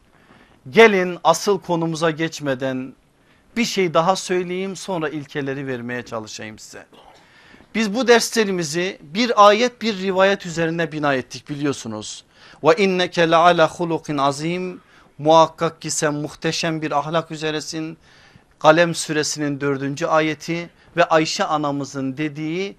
Gelin asıl konumuza geçmeden bir şey daha söyleyeyim, sonra ilkeleri vermeye çalışayım size. Biz bu derslerimizi bir ayet bir rivayet üzerine bina ettik biliyorsunuz. Ve inneke leala hulukin azim, muhakkak ki sen muhteşem bir ahlak üzeresin. Kalem suresinin 4. ayeti ve Ayşe anamızın dediği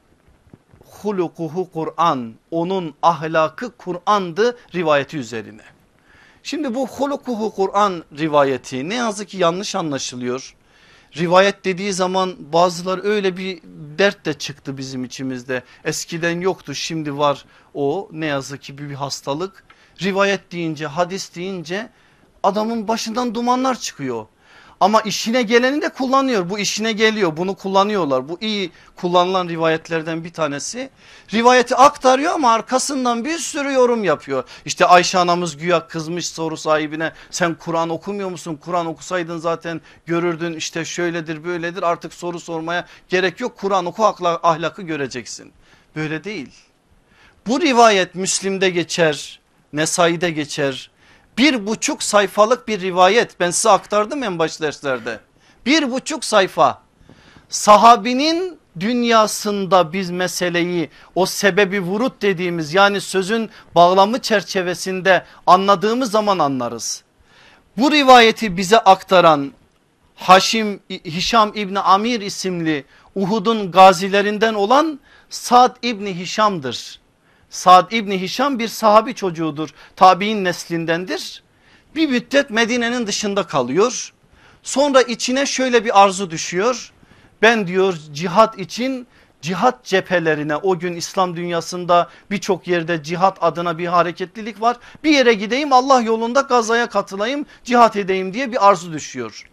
hulukuhu Kur'an, onun ahlakı Kur'an'dı rivayeti üzerine. Şimdi bu hulukuhu Kur'an rivayeti ne yazık ki yanlış anlaşılıyor. Rivayet dediği zaman bazıları öyle bir dert de çıktı bizim içimizde. Eskiden yoktu, şimdi var, o ne yazık ki bir hastalık. Rivayet deyince, hadis deyince adamın başından dumanlar çıkıyor. Ama işine geleni de kullanıyor. Bu işine geliyor, bunu kullanıyorlar. Bu iyi kullanılan rivayetlerden bir tanesi. Rivayeti aktarıyor ama arkasından bir sürü yorum yapıyor. İşte Ayşe anamız güya kızmış soru sahibine, sen Kur'an okumuyor musun? Kur'an okusaydın zaten görürdün, işte şöyledir böyledir, artık soru sormaya gerek yok. Kur'an oku, ahlakı göreceksin. Böyle değil. Bu rivayet Müslim'de geçer, Nesai'de geçer. 1,5 sayfalık bir rivayet, ben size aktardım en baş derslerde. 1,5 sayfa. Sahabinin dünyasında biz meseleyi, o sebebi vurut dediğimiz, yani sözün bağlamı çerçevesinde anladığımız zaman anlarız. Bu rivayeti bize aktaran Hişam İbni Amir isimli Uhud'un gazilerinden olan Sa'd İbni Hişam'dır. Sa'd İbni Hişam bir sahabi çocuğudur, tabi'in neslindendir. Bir müddet Medine'nin dışında kalıyor. Sonra içine şöyle bir arzu düşüyor. Ben diyor cihat için, cihat cephelerine, o gün İslam dünyasında birçok yerde cihat adına bir hareketlilik var. Bir yere gideyim, Allah yolunda gazaya katılayım, cihat edeyim diye bir arzu düşüyor.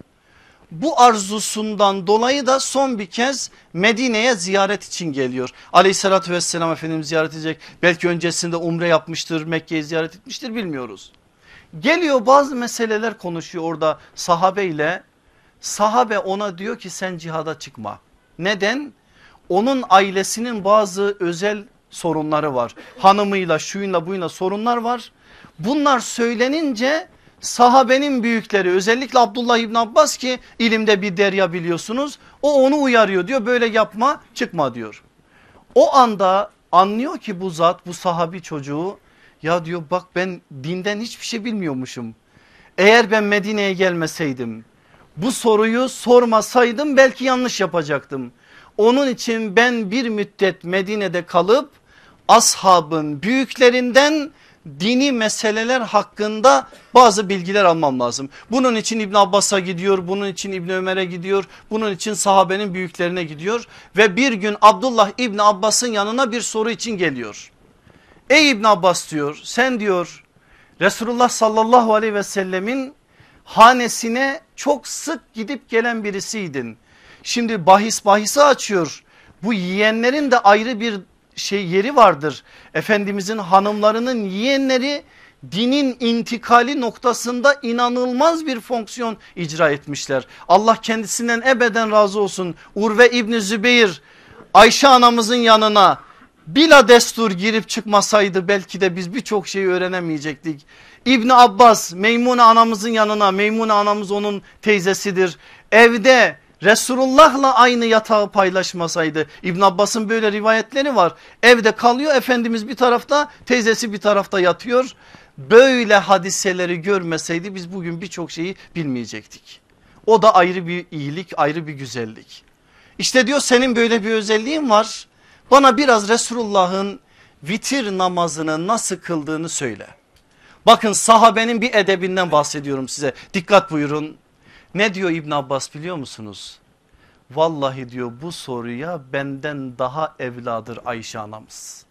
Bu arzusundan dolayı da son bir kez Medine'ye ziyaret için geliyor. Aleyhissalatü vesselam Efendimiz ziyaret edecek. Belki öncesinde umre yapmıştır, Mekke'yi ziyaret etmiştir, bilmiyoruz. Geliyor, bazı meseleler konuşuyor orada sahabeyle. Sahabe ona diyor ki sen cihada çıkma. Neden? Onun ailesinin bazı özel sorunları var. Hanımıyla, şuyla buyla sorunlar var. Bunlar söylenince sahabenin büyükleri, özellikle Abdullah İbni Abbas ki ilimde bir derya biliyorsunuz, o onu uyarıyor, diyor böyle yapma, çıkma diyor. O anda anlıyor ki bu zat, bu sahabi çocuğu, ya diyor bak ben dinden hiçbir şey bilmiyormuşum. Eğer ben Medine'ye gelmeseydim, bu soruyu sormasaydım belki yanlış yapacaktım. Onun için ben bir müddet Medine'de kalıp ashabın büyüklerinden dini meseleler hakkında bazı bilgiler almam lazım. Bunun için İbn Abbas'a gidiyor, bunun için İbn Ömer'e gidiyor, bunun için sahabenin büyüklerine gidiyor ve bir gün Abdullah İbn Abbas'ın yanına bir soru için geliyor. Ey İbn Abbas diyor, sen diyor Resulullah sallallahu aleyhi ve sellemin hanesine çok sık gidip gelen birisiydin. Şimdi bahisi açıyor. Bu yiyenlerin de ayrı bir yeri vardır. Efendimizin hanımlarının yeğenleri dinin intikali noktasında inanılmaz bir fonksiyon icra etmişler. Allah kendisinden ebeden razı olsun. Urve İbni Zübeyir Ayşe anamızın yanına bila destur girip çıkmasaydı belki de biz birçok şeyi öğrenemeyecektik. İbni Abbas Meymune anamızın yanına, Meymune anamız onun teyzesidir. Evde Resulullah'la aynı yatağı paylaşmasaydı, İbn Abbas'ın böyle rivayetleri var. Evde kalıyor, Efendimiz bir tarafta, teyzesi bir tarafta yatıyor. Böyle hadiseleri görmeseydi biz bugün birçok şeyi bilmeyecektik. O da ayrı bir iyilik, ayrı bir güzellik. İşte diyor senin böyle bir özelliğin var. Bana biraz Resulullah'ın vitir namazını nasıl kıldığını söyle. Bakın sahabenin bir edebinden bahsediyorum size. Dikkat buyurun. Ne diyor İbn Abbas biliyor musunuz? Vallahi diyor bu soruya benden daha evladır Ayşe anamız.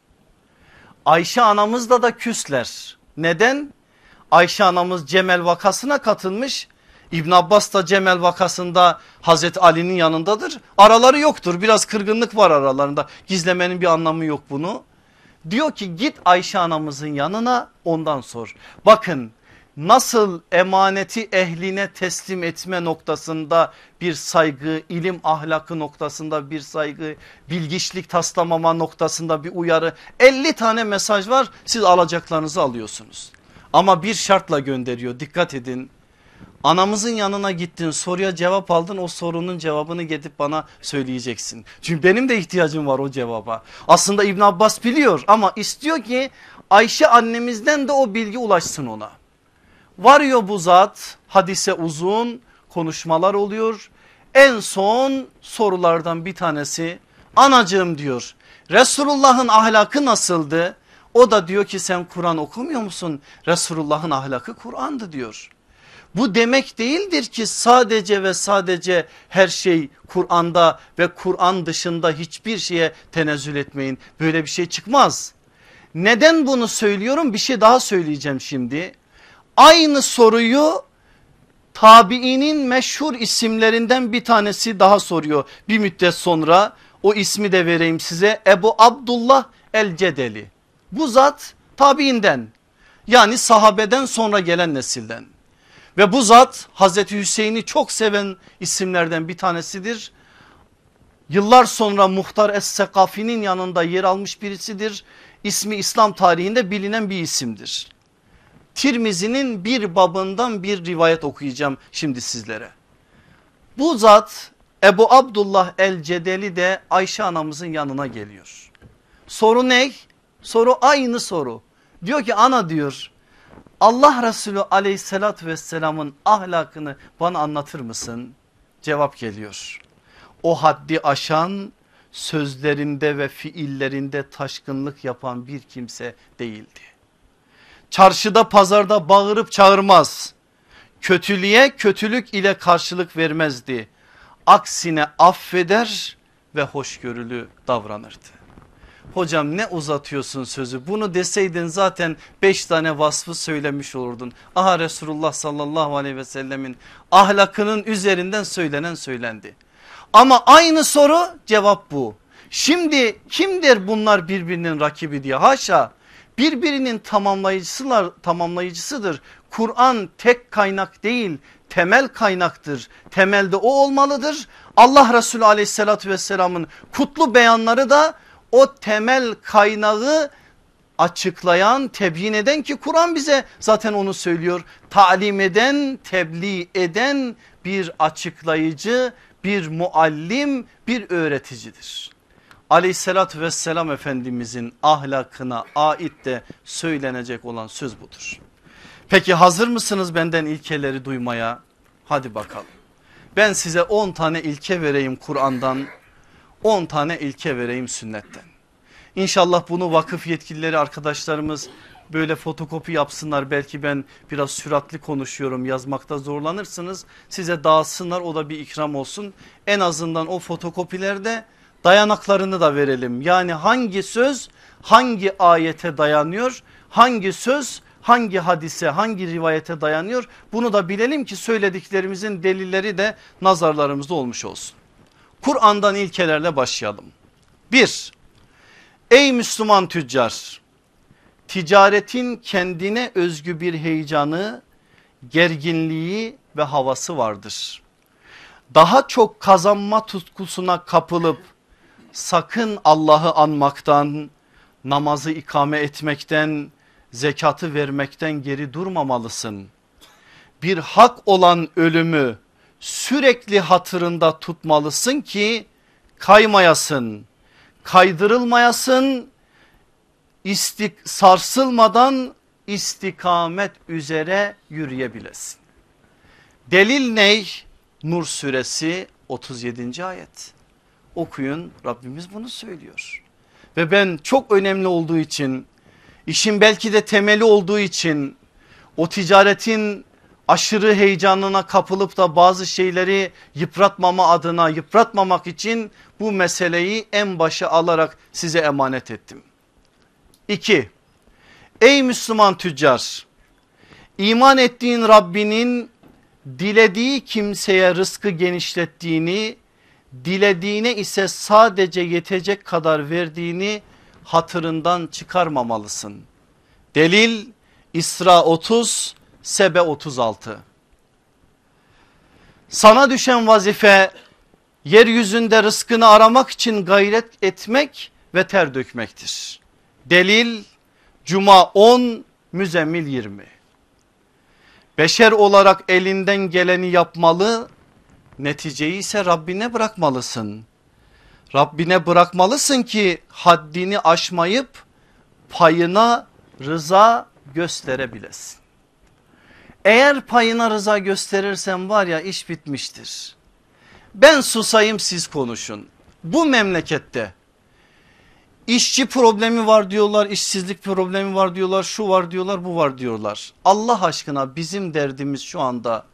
Ayşe anamızla da küsler. Neden? Ayşe anamız Cemel vakasına katılmış. İbn Abbas da Cemel vakasında Hazreti Ali'nin yanındadır. Araları yoktur, biraz kırgınlık var aralarında, gizlemenin bir anlamı yok bunu. Diyor ki git Ayşe anamızın yanına, ondan sor. Bakın nasıl emaneti ehline teslim etme noktasında bir saygı, ilim ahlakı noktasında bir saygı, bilgiçlik taslamama noktasında bir uyarı, 50 tane mesaj var, siz alacaklarınızı alıyorsunuz. Ama bir şartla gönderiyor, dikkat edin. Anamızın yanına gittin, soruya cevap aldın, o sorunun cevabını gidip bana söyleyeceksin. Çünkü benim de ihtiyacım var o cevaba. Aslında İbn Abbas biliyor ama istiyor ki Ayşe annemizden de o bilgi ulaşsın ona. Varıyor bu zat, hadise uzun, konuşmalar oluyor. En son sorulardan bir tanesi, anacığım diyor, Resulullah'ın ahlakı nasıldı? O da diyor ki sen Kur'an okumuyor musun? Resulullah'ın ahlakı Kur'an'dı diyor. Bu demek değildir ki sadece ve sadece her şey Kur'an'da ve Kur'an dışında hiçbir şeye tenezzül etmeyin. Böyle bir şey çıkmaz. Neden bunu söylüyorum? Bir şey daha söyleyeceğim şimdi. Aynı soruyu tabiinin meşhur isimlerinden bir tanesi daha soruyor bir müddet sonra. O ismi de vereyim size, Ebu Abdullah el-Cedeli. Bu zat tabiinden, yani sahabeden sonra gelen nesilden. Ve bu zat Hazreti Hüseyin'i çok seven isimlerden bir tanesidir. Yıllar sonra Muhtar Es-Sekafi'nin yanında yer almış birisidir. İsmi İslam tarihinde bilinen bir isimdir. Tirmizi'nin bir babından bir rivayet okuyacağım şimdi sizlere. Bu zat Ebu Abdullah el-Cedeli de Ayşe anamızın yanına geliyor. Soru ne? Soru aynı soru. Diyor ki ana diyor, Allah Resulü aleyhissalatü vesselamın ahlakını bana anlatır mısın? Cevap geliyor. O haddi aşan, sözlerinde ve fiillerinde taşkınlık yapan bir kimse değildi. Çarşıda pazarda bağırıp çağırmaz. Kötülüğe kötülük ile karşılık vermezdi. Aksine affeder ve hoşgörülü davranırdı. Hocam ne uzatıyorsun sözü, bunu deseydin zaten 5 tane vasfı söylemiş olurdun. Aha Resulullah sallallahu aleyhi ve sellemin ahlakının üzerinden söylenen söylendi. Ama aynı soru, cevap bu. Şimdi kim der bunlar birbirinin rakibi diye? Haşa, birbirinin tamamlayıcısıdır. Kur'an tek kaynak değil, temel kaynaktır. Temelde o olmalıdır. Allah Resulü aleyhissalatü vesselamın kutlu beyanları da o temel kaynağı açıklayan, tebyin eden, ki Kur'an bize zaten onu söylüyor. Talim eden, tebliğ eden bir açıklayıcı, bir muallim, bir öğreticidir. Aleyhissalatü vesselam Efendimizin ahlakına ait de söylenecek olan söz budur. Peki hazır mısınız benden ilkeleri duymaya? Hadi bakalım. Ben size 10 tane ilke vereyim Kur'an'dan, 10 tane ilke vereyim sünnetten. İnşallah bunu vakıf yetkilileri arkadaşlarımız böyle fotokopi yapsınlar. Belki ben biraz süratli konuşuyorum, yazmakta zorlanırsınız. Size dağıtsınlar, o da bir ikram olsun. En azından o fotokopilerde dayanaklarını da verelim. Yani hangi söz hangi ayete dayanıyor, hangi söz hangi hadise, hangi rivayete dayanıyor, bunu da bilelim ki söylediklerimizin delilleri de nazarlarımızda olmuş olsun. Kur'an'dan ilkelerle başlayalım. 1. Ey Müslüman tüccar, ticaretin kendine özgü bir heyecanı, gerginliği ve havası vardır. Daha çok kazanma tutkusuna kapılıp sakın Allah'ı anmaktan, namazı ikame etmekten, zekatı vermekten geri durmamalısın. Bir hak olan ölümü sürekli hatırında tutmalısın ki kaymayasın, kaydırılmayasın, sarsılmadan istikamet üzere yürüyebilesin. Delil ne? Nur suresi 37. ayet. Okuyun, Rabbimiz bunu söylüyor. Ve ben çok önemli olduğu için, işin belki de temeli olduğu için, o ticaretin aşırı heyecanına kapılıp da bazı şeyleri yıpratmama adına, yıpratmamak için bu meseleyi en başa alarak size emanet ettim. 2. Ey Müslüman tüccar, iman ettiğin Rabbinin dilediği kimseye rızkı genişlettiğini, dilediğine ise sadece yetecek kadar verdiğini hatırından çıkarmamalısın. Delil İsra 30, Sebe 36. Sana düşen vazife yeryüzünde rızkını aramak için gayret etmek ve ter dökmektir. Delil Cuma 10, Müzzemmil 20. Beşer olarak elinden geleni yapmalı, neticeyi ise Rabbine bırakmalısın. Rabbine bırakmalısın ki haddini aşmayıp payına rıza gösterebilesin. Eğer payına rıza gösterirsen var ya, iş bitmiştir. Ben susayım, siz konuşun. Bu memlekette işçi problemi var diyorlar, işsizlik problemi var diyorlar, şu var diyorlar, bu var diyorlar. Allah aşkına bizim derdimiz şu anda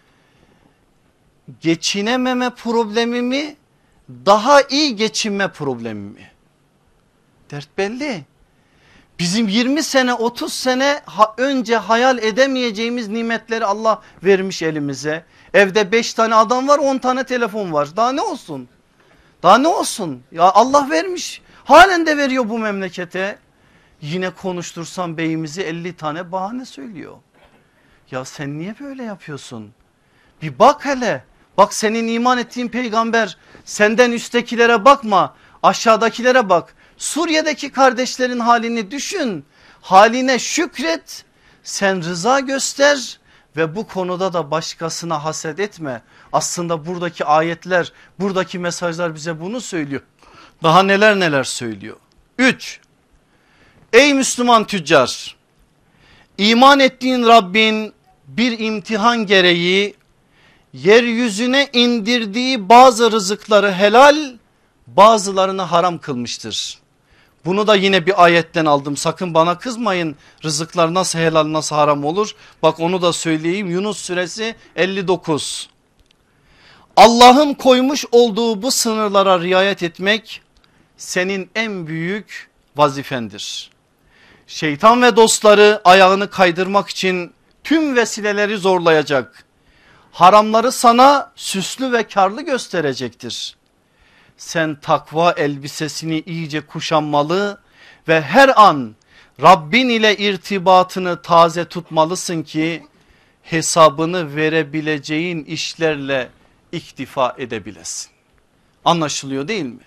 geçinememe problemi mi, daha iyi geçinme problemi mi? Dert belli. Bizim 20 sene 30 sene önce hayal edemeyeceğimiz nimetleri Allah vermiş elimize. Evde 5 tane adam var, 10 tane telefon var. Daha ne olsun? Daha ne olsun? Ya Allah vermiş. Halen de veriyor bu memlekete. Yine konuştursam beyimizi 50 tane bahane söylüyor. Ya sen niye böyle yapıyorsun? Bir bak hele. Bak, senin iman ettiğin peygamber, senden üsttekilere bakma, aşağıdakilere bak. Suriye'deki kardeşlerin halini düşün. Haline şükret. Sen rıza göster ve bu konuda da başkasına haset etme. Aslında buradaki ayetler, buradaki mesajlar bize bunu söylüyor. Daha neler neler söylüyor. 3. Ey Müslüman tüccar, iman ettiğin Rabbin bir imtihan gereği yeryüzüne indirdiği bazı rızıkları helal, bazılarını haram kılmıştır. Bunu da yine bir ayetten aldım, sakın bana kızmayın, rızıklar nasıl helal nasıl haram olur. Bak onu da söyleyeyim, Yunus suresi 59. Allah'ın koymuş olduğu bu sınırlara riayet etmek senin en büyük vazifendir. Şeytan ve dostları ayağını kaydırmak için tüm vesileleri zorlayacak. Haramları sana süslü ve karlı gösterecektir. Sen takva elbisesini iyice kuşanmalı ve her an Rabbin ile irtibatını taze tutmalısın ki hesabını verebileceğin işlerle iktifa edebilesin. Anlaşılıyor değil mi?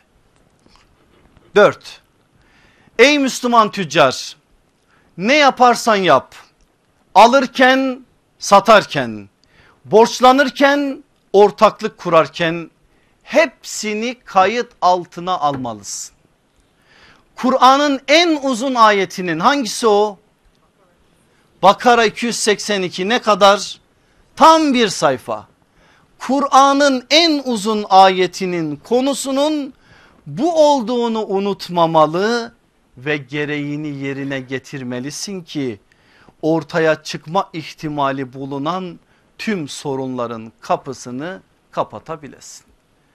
4. Ey Müslüman tüccar, ne yaparsan yap, alırken satarken, borçlanırken, ortaklık kurarken hepsini kayıt altına almalısın. Kur'an'ın en uzun ayetinin hangisi o? Bakara 282, ne kadar? Tam bir sayfa. Kur'an'ın en uzun ayetinin konusunun bu olduğunu unutmamalı ve gereğini yerine getirmelisin ki ortaya çıkma ihtimali bulunan tüm sorunların kapısını kapatabilesin.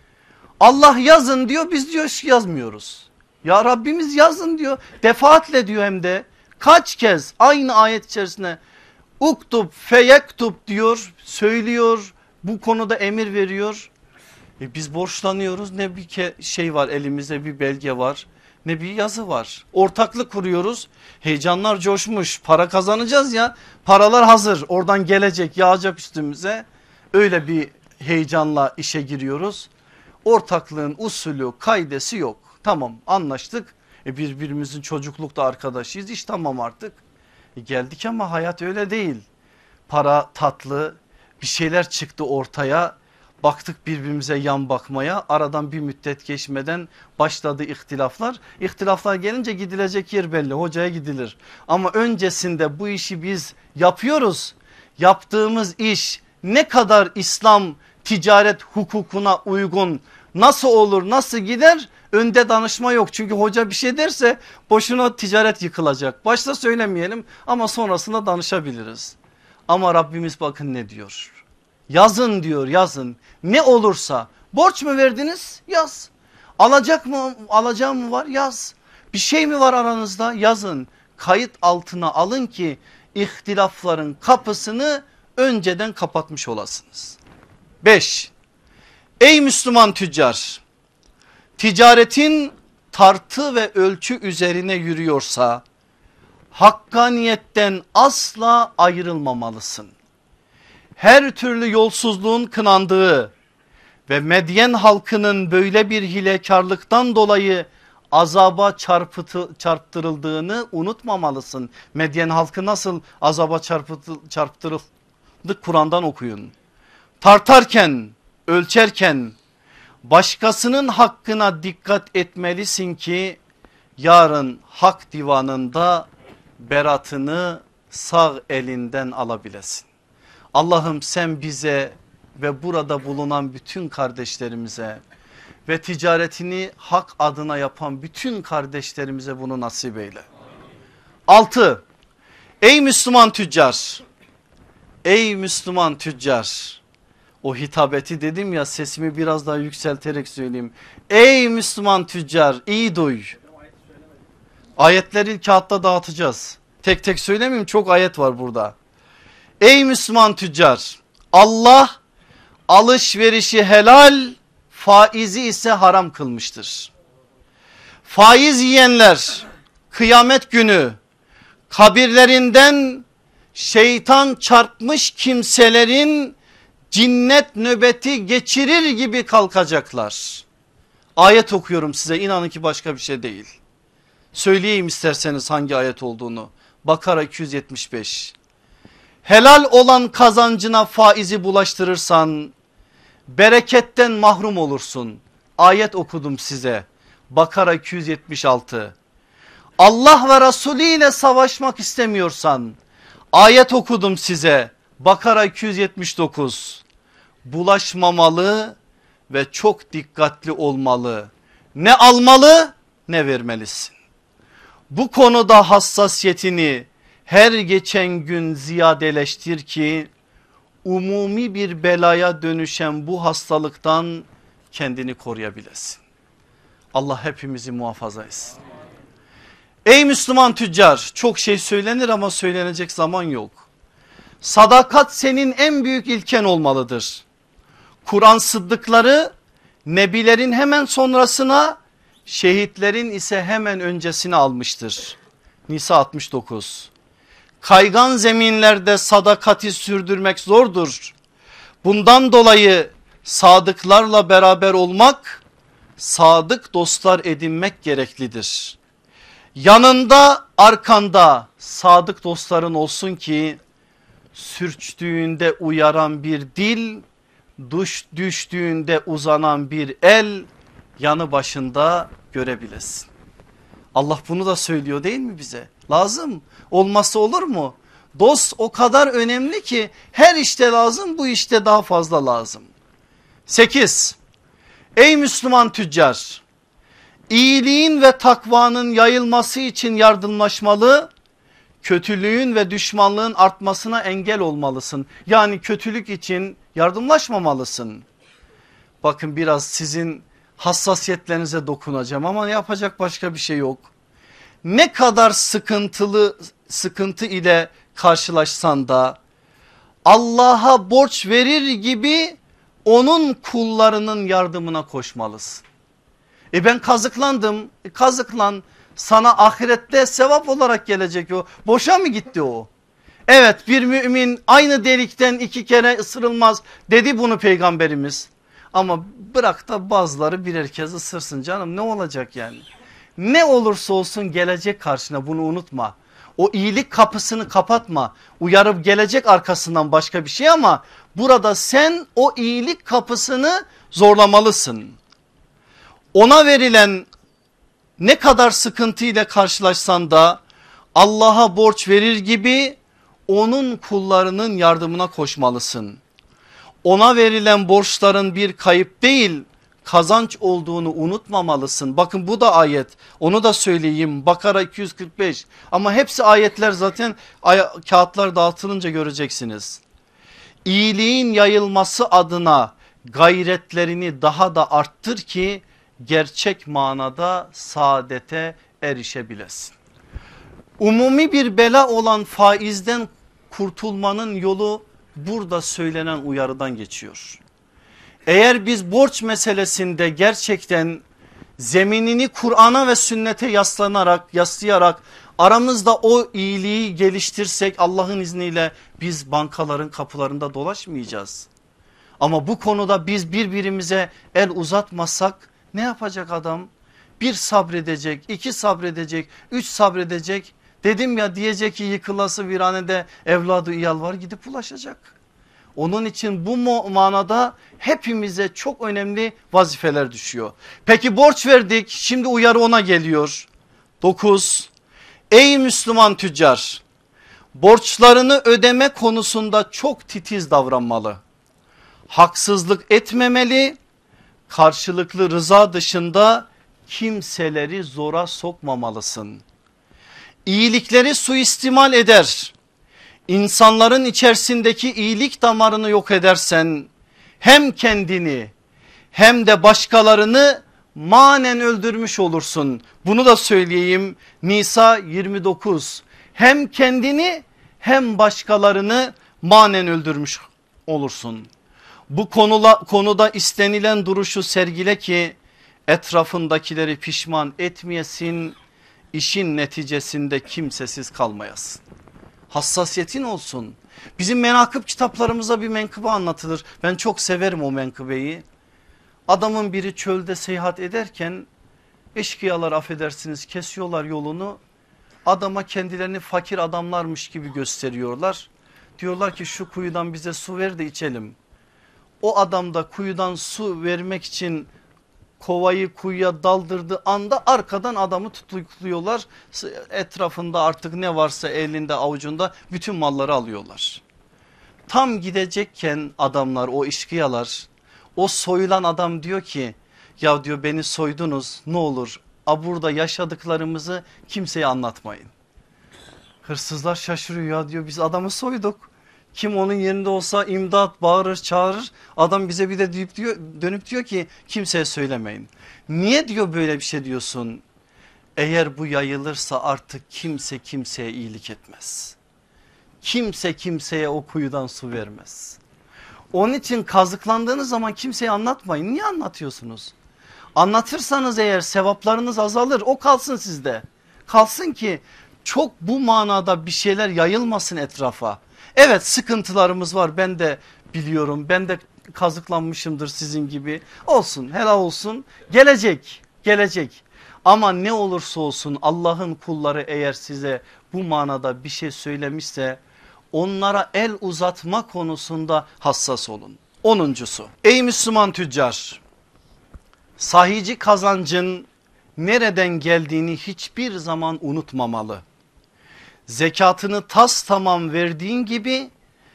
Allah yazın diyor, biz diyor yazmıyoruz. Ya Rabbimiz yazın diyor, defaatle diyor, hem de kaç kez aynı ayet içerisinde uktub feyektub diyor, söylüyor, bu konuda emir veriyor. Biz borçlanıyoruz, ne bir şey var elimizde, bir belge var, ne bir yazı var. Ortaklık kuruyoruz, heyecanlar coşmuş, para kazanacağız ya, paralar hazır, oradan gelecek, yağacak üstümüze, öyle bir heyecanla işe giriyoruz. Ortaklığın usulü kaidesi yok, tamam anlaştık, birbirimizin çocuklukta arkadaşıyız, iş tamam artık. Geldik ama hayat öyle değil. Para tatlı, bir şeyler çıktı ortaya, baktık birbirimize yan bakmaya, aradan bir müddet geçmeden başladı ihtilaflar. İhtilaflar gelince gidilecek yer belli, hocaya gidilir. Ama öncesinde bu işi biz yapıyoruz. Yaptığımız iş ne kadar İslam ticaret hukukuna uygun, nasıl olur, nasıl gider? Önde danışma yok, çünkü hoca bir şey derse boşuna ticaret yıkılacak. Başta söylemeyelim ama sonrasında danışabiliriz. Ama Rabbimiz bakın ne diyor? Yazın diyor, yazın, ne olursa. Borç mu verdiniz? Yaz. Alacak mı, alacağım mı var? Yaz. Bir şey mi var aranızda? Yazın. Kayıt altına alın ki ihtilafların kapısını önceden kapatmış olasınız. 5. Ey Müslüman tüccar, ticaretin tartı ve ölçü üzerine yürüyorsa hakkaniyetten asla ayrılmamalısın. Her türlü yolsuzluğun kınandığı ve Medyen halkının böyle bir hilekarlıktan dolayı azaba çarptırıldığını unutmamalısın. Medyen halkı nasıl azaba çarptırıldı Kur'an'dan okuyun. Tartarken, ölçerken başkasının hakkına dikkat etmelisin ki yarın hak divanında beratını sağ elinden alabilesin. Allah'ım sen bize ve burada bulunan bütün kardeşlerimize ve ticaretini hak adına yapan bütün kardeşlerimize bunu nasip eyle. 6. Ey Müslüman tüccar, ey Müslüman tüccar. O hitabeti dedim ya, sesimi biraz daha yükselterek söyleyeyim. Ey Müslüman tüccar, iyi duy. Ayetleri kağıtta dağıtacağız. Tek tek söylemeyeyim, çok ayet var burada. Ey Müslüman tüccar, Allah alışverişi helal, faizi ise haram kılmıştır. Faiz yiyenler kıyamet günü kabirlerinden şeytan çarpmış kimselerin cinnet nöbeti geçirir gibi kalkacaklar. Ayet okuyorum size, inanın ki başka bir şey değil. Söyleyeyim isterseniz hangi ayet olduğunu. Bakara 275. Helal olan kazancına faizi bulaştırırsan bereketten mahrum olursun. Ayet okudum size. Bakara 276. Allah ve Resulü ile savaşmak istemiyorsan ayet okudum size. Bakara 279. Bulaşmamalı ve çok dikkatli olmalı. Ne almalı ne vermelisin. Bu konuda hassasiyetini her geçen gün ziyadeleştir ki umumi bir belaya dönüşen bu hastalıktan kendini koruyabilesin. Allah hepimizi muhafaza etsin. Ey Müslüman tüccar, çok şey söylenir ama söylenecek zaman yok. Sadakat senin en büyük ilken olmalıdır. Kur'an sıddıkları nebilerin hemen sonrasına, şehitlerin ise hemen öncesine almıştır. Nisa 69. Kaygan zeminlerde sadakati sürdürmek zordur. Bundan dolayı sadıklarla beraber olmak, sadık dostlar edinmek gereklidir. Yanında arkanda sadık dostların olsun ki sürçtüğünde uyaran bir dil, düştüğünde uzanan bir el, yanı başında görebilesin. Allah bunu da söylüyor değil mi bize? Lazım, olmazsa olur mu? Dost o kadar önemli ki her işte lazım, bu işte daha fazla lazım. 8. Ey Müslüman tüccar, iyiliğin ve takvanın yayılması için yardımlaşmalı, kötülüğün ve düşmanlığın artmasına engel olmalısın. Yani kötülük için yardımlaşmamalısın. Bakın biraz sizin hassasiyetlerinize dokunacağım ama yapacak başka bir şey yok. Ne kadar sıkıntı ile karşılaşsan da Allah'a borç verir gibi onun kullarının yardımına koşmalısın. Ben kazıklandım, kazıklan, sana ahirette sevap olarak gelecek o. Boşa mı gitti o? Evet, bir mümin aynı delikten 2 kere ısırılmaz dedi bunu peygamberimiz. Ama bırak da bazıları birer kez ısırsın canım, ne olacak yani? Ne olursa olsun gelecek karşına, bunu unutma. O iyilik kapısını kapatma, uyarıp gelecek arkasından başka bir şey, ama burada sen o iyilik kapısını zorlamalısın. Ona verilen ne kadar sıkıntıyla karşılaşsan da Allah'a borç verir gibi onun kullarının yardımına koşmalısın. Ona verilen borçların bir kayıp değil, kazanç olduğunu unutmamalısın. Bakın bu da ayet, onu da söyleyeyim, Bakara 245, ama hepsi ayetler, zaten kağıtlar dağıtılınca göreceksiniz. İyiliğin yayılması adına gayretlerini daha da arttır ki gerçek manada saadete erişebilesin. Umumi bir bela olan faizden kurtulmanın yolu burada söylenen uyarıdan geçiyor. Eğer biz borç meselesinde gerçekten zeminini Kur'an'a ve sünnete yaslayarak aramızda o iyiliği geliştirsek, Allah'ın izniyle biz bankaların kapılarında dolaşmayacağız. Ama bu konuda biz birbirimize el uzatmazsak ne yapacak adam? 1 sabredecek, 2 sabredecek, 3 sabredecek. Dedim ya, diyecek ki yıkılası viranede evladı iyal var, gidip ulaşacak. Onun için bu manada hepimize çok önemli vazifeler düşüyor. Peki borç verdik, şimdi uyarı ona geliyor. 9. Ey Müslüman tüccar, borçlarını ödeme konusunda çok titiz davranmalı. Haksızlık etmemeli, karşılıklı rıza dışında kimseleri zora sokmamalısın. İyilikleri suistimal eder, İnsanların içerisindeki iyilik damarını yok edersen hem kendini hem de başkalarını manen öldürmüş olursun. Bunu da söyleyeyim, Nisa 29, hem kendini hem başkalarını manen öldürmüş olursun. Bu konuda istenilen duruşu sergile ki etrafındakileri pişman etmeyesin, işin neticesinde kimsesiz kalmayasın. Hassasiyetin olsun. Bizim menakıb kitaplarımızda bir menkıbe anlatılır. Ben çok severim o menkıbeyi. Adamın biri çölde seyahat ederken eşkıyalar, affedersiniz, kesiyorlar yolunu. Adama kendilerini fakir adamlarmış gibi gösteriyorlar. Diyorlar ki şu kuyudan bize su ver de içelim. O adam da kuyudan su vermek için kovayı kuyuya daldırdığı anda arkadan adamı tutukluyorlar. Etrafında artık ne varsa elinde avucunda bütün malları alıyorlar. Tam gidecekken adamlar, o eşkıyalar, o soyulan adam diyor ki ya diyor beni soydunuz, ne olur burada yaşadıklarımızı kimseye anlatmayın. Hırsızlar şaşırıyor, ya diyor biz adamı soyduk. Kim onun yerinde olsa imdat bağırır çağırır. Adam bize bir de dönüp diyor ki kimseye söylemeyin. Niye diyor böyle bir şey diyorsun? Eğer bu yayılırsa artık kimse kimseye iyilik etmez. Kimse kimseye o kuyudan su vermez. Onun için kazıklandığınız zaman kimseye anlatmayın. Niye anlatıyorsunuz? Anlatırsanız eğer sevaplarınız azalır, o kalsın sizde. Kalsın ki çok bu manada bir şeyler yayılmasın etrafa. Evet, sıkıntılarımız var, ben de biliyorum, ben de kazıklanmışımdır sizin gibi, olsun, helal olsun, gelecek ama ne olursa olsun Allah'ın kulları eğer size bu manada bir şey söylemişse onlara el uzatma konusunda hassas olun. 10'uncusu, ey Müslüman tüccar, sahici kazancın nereden geldiğini hiçbir zaman unutmamalı. Zekatını tas tamam verdiğin gibi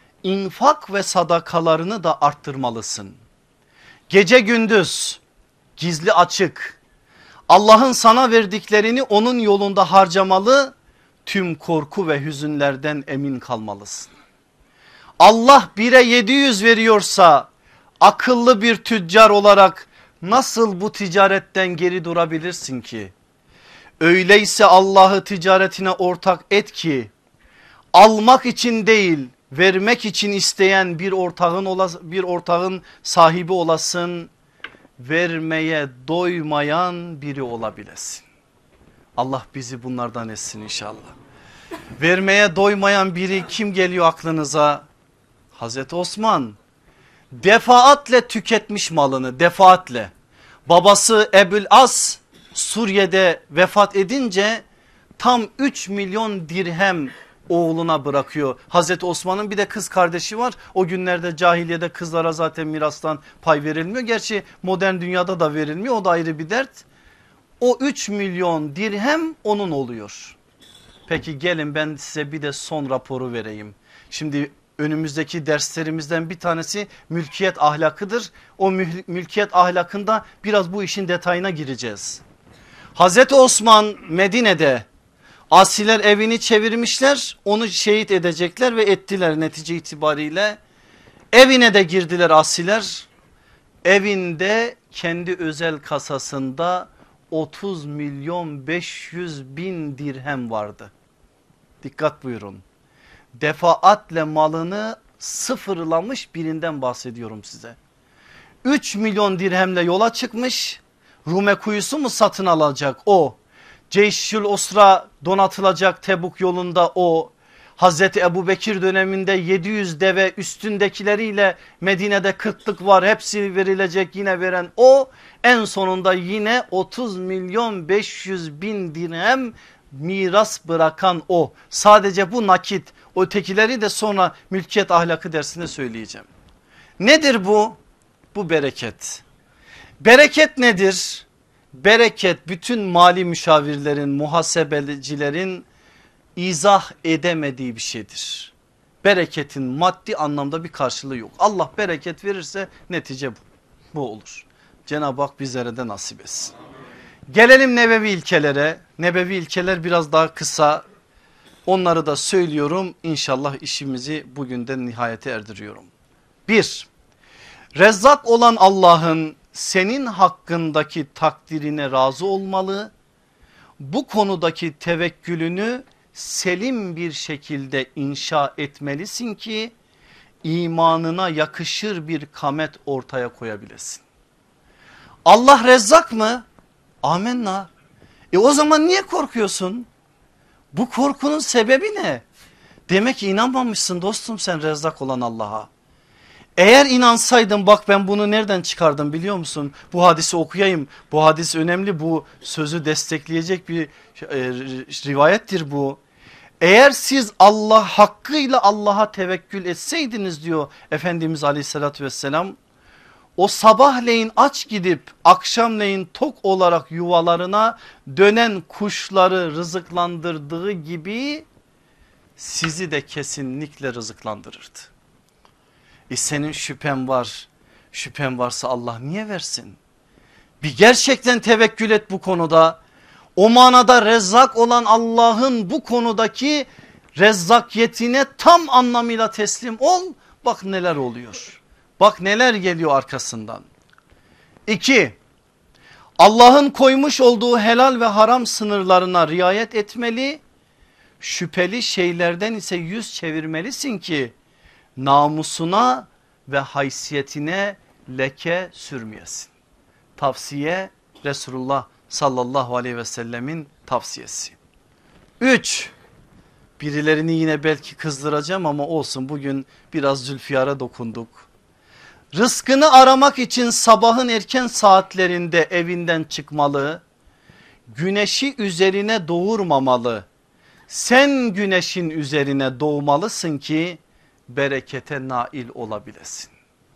infak ve sadakalarını da arttırmalısın. Gece gündüz, gizli açık, Allah'ın sana verdiklerini onun yolunda harcamalı, tüm korku ve hüzünlerden emin kalmalısın. Allah 1'e 700 veriyorsa akıllı bir tüccar olarak nasıl bu ticaretten geri durabilirsin ki? Öyleyse Allah'ı ticaretine ortak et ki almak için değil vermek için isteyen bir ortağın sahibi olasın, vermeye doymayan biri olabilesin. Allah bizi bunlardan etsin inşallah. Vermeye doymayan biri kim geliyor aklınıza? Hazreti Osman defaatle tüketmiş malını, defaatle. Babası Ebul As Suriye'de vefat edince tam 3 milyon dirhem oğluna bırakıyor. Hazreti Osman'ın bir de kız kardeşi var. O günlerde cahiliyede kızlara zaten mirastan pay verilmiyor. Gerçi modern dünyada da verilmiyor, o da ayrı bir dert. O 3 milyon dirhem onun oluyor. Peki gelin ben size bir de son raporu vereyim. Şimdi önümüzdeki derslerimizden bir tanesi mülkiyet ahlakıdır. O mülkiyet ahlakında biraz bu işin detayına gireceğiz. Hazreti Osman Medine'de asiler evini çevirmişler, onu şehit edecekler ve ettiler netice itibariyle. Evine de girdiler asiler. Evinde kendi özel kasasında 30 milyon 500 bin dirhem vardı. Dikkat buyurun. Defaatle malını sıfırlamış birinden bahsediyorum size. 3 milyon dirhemle yola çıkmış. Rume kuyusu mu satın alacak o? Ceyşül Osra donatılacak Tebuk yolunda o. Hazreti Ebubekir döneminde 700 deve üstündekileriyle Medine'de kıtlık var, hepsi verilecek, yine veren o. En sonunda yine 30 milyon 500 bin dirhem miras bırakan o. Sadece bu nakit, ötekileri de sonra mülkiyet ahlakı dersinde söyleyeceğim. Nedir bu? Bu bereket. Bereket nedir? Bereket bütün mali müşavirlerin, muhasebecilerin izah edemediği bir şeydir. Bereketin maddi anlamda bir karşılığı yok. Allah bereket verirse netice bu. Bu olur. Cenab-ı Hak bizlere de nasip etsin. Gelelim nebevi ilkelere. Nebevi ilkeler biraz daha kısa. Onları da söylüyorum. İnşallah işimizi bugünden nihayete erdiriyorum. 1. Rezzak olan Allah'ın senin hakkındaki takdirine razı olmalı. Bu konudaki tevekkülünü selim bir şekilde inşa etmelisin ki imanına yakışır bir kamet ortaya koyabilesin. Allah Rezzak mı? Amenna. O zaman niye korkuyorsun? Bu korkunun sebebi ne? Demek ki inanmamışsın dostum sen Rezzak olan Allah'a. Eğer inansaydın, bak ben bunu nereden çıkardım biliyor musun? Bu hadisi okuyayım. Bu hadis önemli, bu sözü destekleyecek bir rivayettir bu. Eğer siz Allah hakkıyla Allah'a tevekkül etseydiniz diyor Efendimiz aleyhissalatü vesselam, o sabahleyin aç gidip akşamleyin tok olarak yuvalarına dönen kuşları rızıklandırdığı gibi sizi de kesinlikle rızıklandırırdı. Senin şüphen var. Şüphen varsa Allah niye versin? Bir gerçekten tevekkül et bu konuda. O manada Rezzak olan Allah'ın bu konudaki rezzakiyetine tam anlamıyla teslim ol. Bak neler oluyor. Bak neler geliyor arkasından. 2. Allah'ın koymuş olduğu helal ve haram sınırlarına riayet etmeli. Şüpheli şeylerden ise yüz çevirmelisin ki namusuna ve haysiyetine leke sürmeyesin. Tavsiye Resulullah sallallahu aleyhi ve sellemin tavsiyesi. 3. Birilerini yine belki kızdıracağım ama olsun, bugün biraz Zülfiyar'a dokunduk. Rızkını aramak için sabahın erken saatlerinde evinden çıkmalı. Güneşi üzerine doğurmamalı. Sen güneşin üzerine doğmalısın ki berekete nail olabilesin.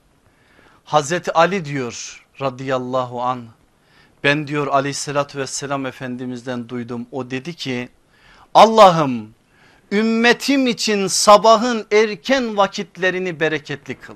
Hazreti Ali diyor radıyallahu anh, ben diyor aleyhissalatü vesselam Efendimiz'den duydum, o dedi ki Allah'ım ümmetim için sabahın erken vakitlerini bereketli kıl.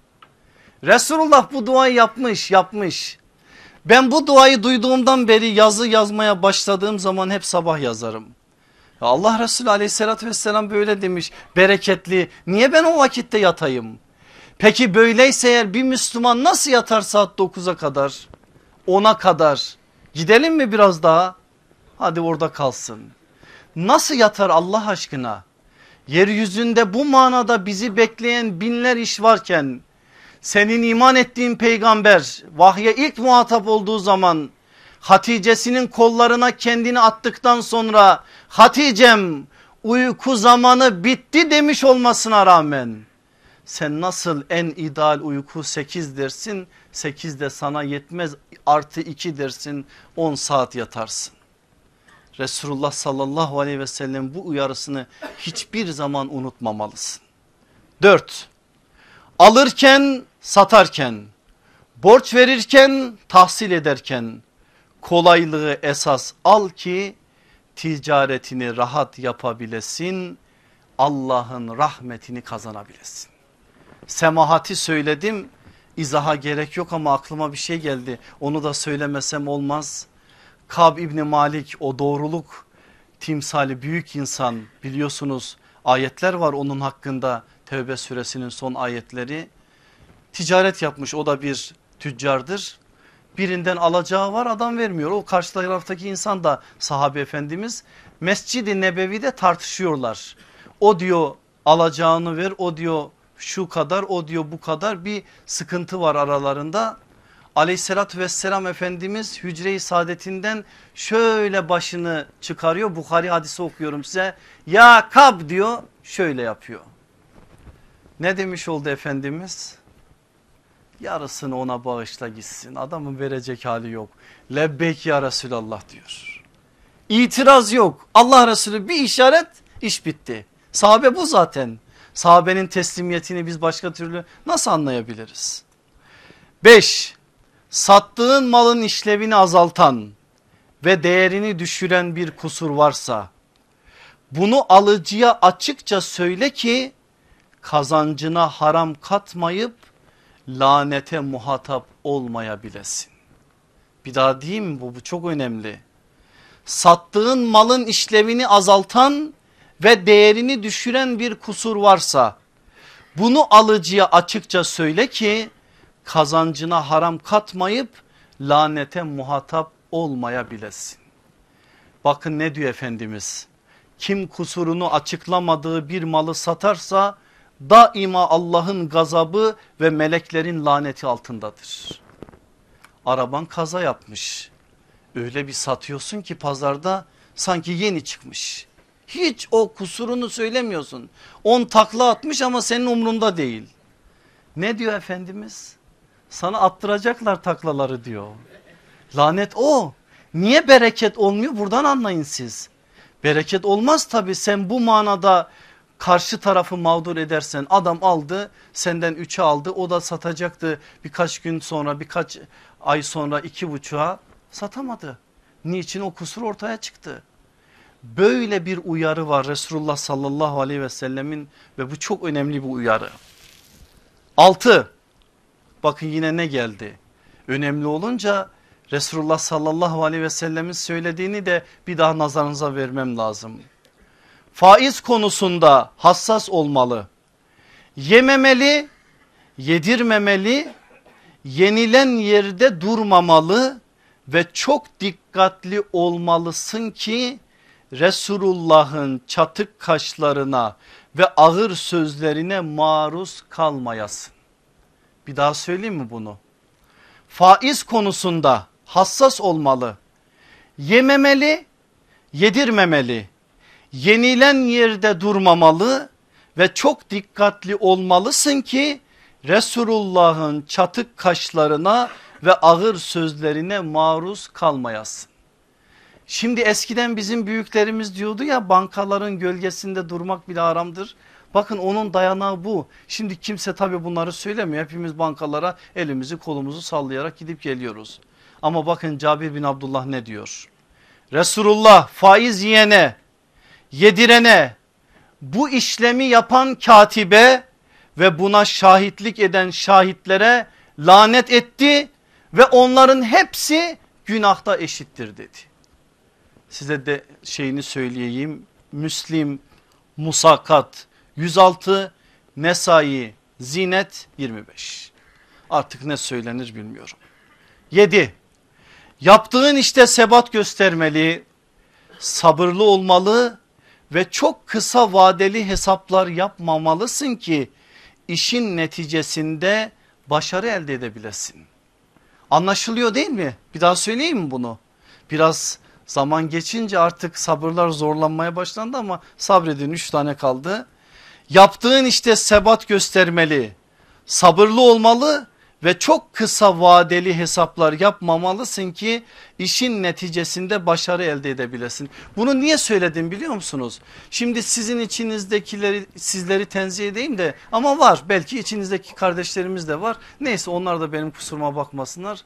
Resulullah bu duayı yapmış. Ben bu duayı duyduğumdan beri yazı yazmaya başladığım zaman hep sabah yazarım. Allah Resulü aleyhissalatü vesselam böyle demiş, bereketli, niye ben o vakitte yatayım? Peki böyleyse eğer bir Müslüman nasıl yatar saat 9'a kadar, 10'a kadar? Gidelim mi biraz daha? Hadi orada kalsın. Nasıl yatar Allah aşkına? Yeryüzünde bu manada bizi bekleyen binler iş varken, senin iman ettiğin peygamber vahye ilk muhatap olduğu zaman Hatice'sinin kollarına kendini attıktan sonra Hatice'm uyku zamanı bitti demiş olmasına rağmen sen nasıl en ideal uyku 8 dersin, 8 de sana yetmez artı 2 dersin, 10 saat yatarsın. Resulullah sallallahu aleyhi ve sellem bu uyarısını hiçbir zaman unutmamalısın. 4. Alırken, satarken, borç verirken, tahsil ederken kolaylığı esas al ki ticaretini rahat yapabilesin, Allah'ın rahmetini kazanabilesin. Semahati söyledim, izaha gerek yok ama aklıma bir şey geldi, onu da söylemesem olmaz. Kab İbni Malik, o doğruluk timsali büyük insan, biliyorsunuz ayetler var onun hakkında, Tevbe suresinin son ayetleri. Ticaret yapmış, o da bir tüccardır. Birinden alacağı var, adam vermiyor. O karşı taraftaki insan da sahabe efendimiz. Mescid-i Nebevi'de tartışıyorlar. O diyor alacağını ver, o diyor şu kadar, o diyor bu kadar, bir sıkıntı var aralarında. Aleyhissalatü vesselam Efendimiz hücre-i saadetinden şöyle başını çıkarıyor. Bukhari hadisi okuyorum size. Ya Kab diyor, şöyle yapıyor. Ne demiş oldu Efendimiz? Yarısını ona bağışla gitsin, adamın verecek hali yok. Lebbeyk ya Resulallah diyor. İtiraz yok. Allah Resulü bir işaret, iş bitti. Sahabe bu zaten. Sahabenin teslimiyetini biz başka türlü nasıl anlayabiliriz? 5. Sattığın malın işlevini azaltan ve değerini düşüren bir kusur varsa bunu alıcıya açıkça söyle ki kazancına haram katmayıp lanete muhatap olmayabilesin. Bir daha diyeyim mi, bu çok önemli. Sattığın malın işlevini azaltan ve değerini düşüren bir kusur varsa bunu alıcıya açıkça söyle ki kazancına haram katmayıp lanete muhatap olmayabilesin. Bakın ne diyor Efendimiz? Kim kusurunu açıklamadığı bir malı satarsa daima Allah'ın gazabı ve meleklerin laneti altındadır. Araban kaza yapmış. Öyle bir satıyorsun ki pazarda sanki yeni çıkmış. Hiç o kusurunu söylemiyorsun. 10 takla atmış ama senin umrunda değil. Ne diyor Efendimiz? Sana attıracaklar taklaları diyor. Lanet o. Niye bereket olmuyor? Buradan anlayın siz. Bereket olmaz tabii, sen bu manada karşı tarafı mağdur edersen. Adam aldı senden 3'e aldı, o da satacaktı birkaç gün sonra, birkaç ay sonra 2,5'a satamadı. Niçin? O kusur ortaya çıktı. Böyle bir uyarı var Resulullah sallallahu aleyhi ve sellemin ve bu çok önemli bir uyarı. 6. Bakın yine ne geldi? Önemli olunca Resulullah sallallahu aleyhi ve sellemin söylediğini de bir daha nazarınıza vermem lazım. Faiz konusunda hassas olmalı. Yememeli, yedirmemeli, yenilen yerde durmamalı ve çok dikkatli olmalısın ki Resulullah'ın çatık kaşlarına ve ağır sözlerine maruz kalmayasın. Bir daha söyleyeyim mi bunu? Faiz konusunda hassas olmalı. Yememeli, yedirmemeli. Yenilen yerde durmamalı ve çok dikkatli olmalısın ki Resulullah'ın çatık kaşlarına ve ağır sözlerine maruz kalmayasın. Şimdi eskiden bizim büyüklerimiz diyordu ya, bankaların gölgesinde durmak bile haramdır. Bakın onun dayanağı bu. Şimdi kimse tabii bunları söylemiyor. Hepimiz bankalara elimizi kolumuzu sallayarak gidip geliyoruz. Ama bakın Cabir bin Abdullah ne diyor? Resulullah faiz yiyene, yedirene, bu işlemi yapan katibe ve buna şahitlik eden şahitlere lanet etti ve onların hepsi günahta eşittir dedi. Size de şeyini söyleyeyim. Müslim, Musakat 106, Nesai, Zinet 25. Artık ne söylenir bilmiyorum. 7. Yaptığın işte sebat göstermeli, sabırlı olmalı ve çok kısa vadeli hesaplar yapmamalısın ki işin neticesinde başarı elde edebilesin. Anlaşılıyor değil mi? Bir daha söyleyeyim mi bunu? Biraz zaman geçince artık sabırlar zorlanmaya başlandı ama sabredin, 3 tane kaldı. Yaptığın işte sebat göstermeli, sabırlı olmalı ve çok kısa vadeli hesaplar yapmamalısın ki işin neticesinde başarı elde edebilesin. Bunu niye söyledim biliyor musunuz? Şimdi sizin içinizdekileri, sizleri tenzih edeyim de, ama var belki içinizdeki kardeşlerimiz de var. Neyse, onlar da benim kusuruma bakmasınlar.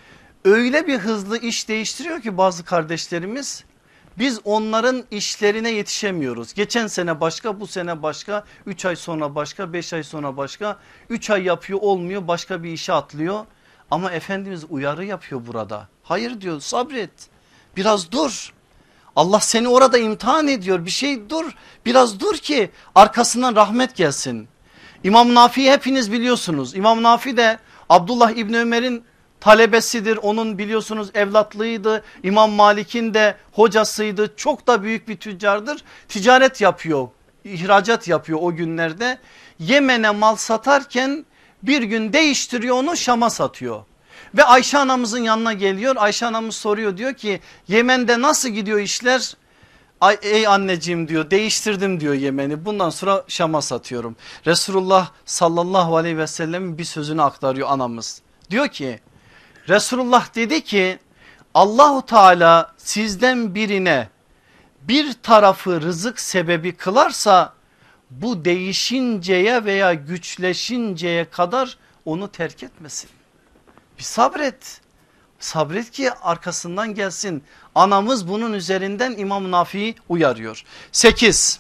Öyle bir hızlı iş değiştiriyor ki bazı kardeşlerimiz, biz onların işlerine yetişemiyoruz. Geçen sene başka, bu sene başka, 3 ay sonra başka, 5 ay sonra başka, 3 ay yapıyor olmuyor, başka bir işe atlıyor. Ama Efendimiz uyarı yapıyor burada. Hayır diyor, sabret, biraz dur. Allah seni orada imtihan ediyor, bir şey dur, biraz dur ki arkasından rahmet gelsin. İmam Nafi'yi hepiniz biliyorsunuz. İmam Nafi de Abdullah İbni Ömer'in talebesidir. Onun biliyorsunuz evlatlığıydı. İmam Malik'in de hocasıydı. Çok da büyük bir tüccardır. Ticaret yapıyor, ihracat yapıyor o günlerde. Yemen'e mal satarken bir gün değiştiriyor, onu Şam'a satıyor. Ve Ayşe anamızın yanına geliyor. Ayşe anamız soruyor, diyor ki Yemen'de nasıl gidiyor işler? Ay, ey anneciğim diyor, değiştirdim diyor Yemen'i, bundan sonra Şam'a satıyorum. Resulullah sallallahu aleyhi ve sellemin bir sözünü aktarıyor anamız. Diyor ki Resulullah dedi ki Allahu Teala sizden birine bir tarafı rızık sebebi kılarsa bu değişinceye veya güçleşinceye kadar onu terk etmesin. Bir sabret. Sabret ki arkasından gelsin. Anamız bunun üzerinden İmam Nafi'yi uyarıyor. 8.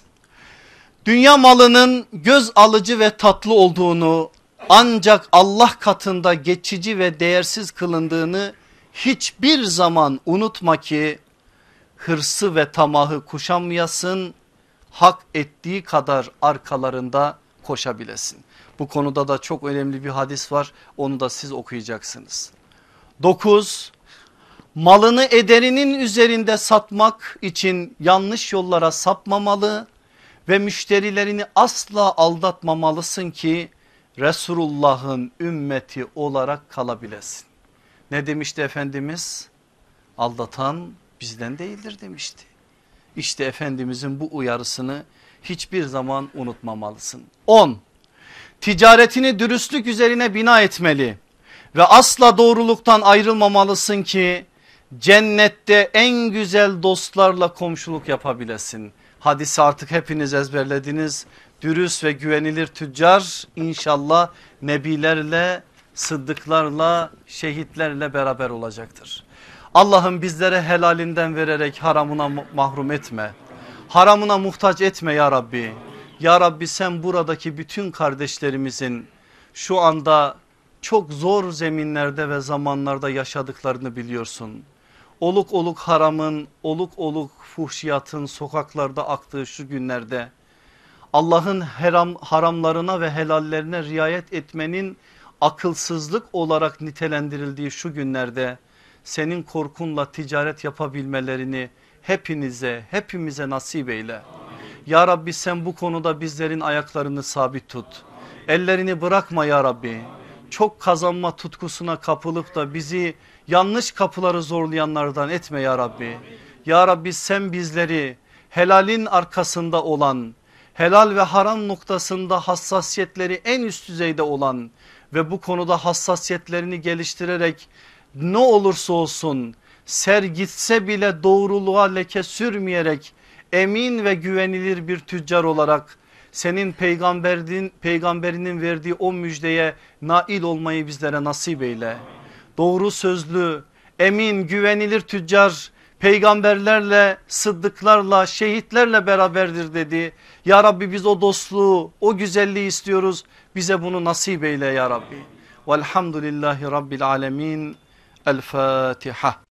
Dünya malının göz alıcı ve tatlı olduğunu, ancak Allah katında geçici ve değersiz kılındığını hiçbir zaman unutma ki hırsı ve tamahı kuşanmayasın, hak ettiği kadar arkalarında koşabilesin. Bu konuda da çok önemli bir hadis var, onu da siz okuyacaksınız. 9. Malını ederinin üzerinde satmak için yanlış yollara sapmamalı ve müşterilerini asla aldatmamalısın ki Resulullah'ın ümmeti olarak kalabilesin. Ne demişti Efendimiz? Aldatan bizden değildir demişti. İşte Efendimizin bu uyarısını hiçbir zaman unutmamalısın. 10. Ticaretini dürüstlük üzerine bina etmeli ve asla doğruluktan ayrılmamalısın ki cennette en güzel dostlarla komşuluk yapabilesin. Hadisi artık hepiniz ezberlediniz. Dürüst ve güvenilir tüccar inşallah nebilerle, sıddıklarla, şehitlerle beraber olacaktır. Allah'ım bizlere helalinden vererek haramına mahrum etme. Haramına muhtaç etme ya Rabbi. Ya Rabbi sen buradaki bütün kardeşlerimizin şu anda çok zor zeminlerde ve zamanlarda yaşadıklarını biliyorsun. Oluk oluk haramın, oluk oluk fuhşiyatın sokaklarda aktığı şu günlerde Allah'ın haramlarına ve helallerine riayet etmenin akılsızlık olarak nitelendirildiği şu günlerde senin korkunla ticaret yapabilmelerini hepimize nasip eyle. Ya Rabbi sen bu konuda bizlerin ayaklarını sabit tut. Ellerini bırakma ya Rabbi. Çok kazanma tutkusuna kapılıp da bizi yanlış kapıları zorlayanlardan etme ya Rabbi. Ya Rabbi sen bizleri helalin arkasında olan, helal ve haram noktasında hassasiyetleri en üst düzeyde olan ve bu konuda hassasiyetlerini geliştirerek ne olursa olsun ser gitse bile doğruluğa leke sürmeyerek emin ve güvenilir bir tüccar olarak senin peygamberinin verdiği o müjdeye nail olmayı bizlere nasip eyle. Doğru sözlü, emin, güvenilir tüccar peygamberlerle, sıddıklarla, şehitlerle beraberdir dedi. Ya Rabbi biz o dostluğu, o güzelliği istiyoruz. Bize bunu nasip eyle ya Rabbi. Velhamdülillahi Rabbil alemin. El Fatiha.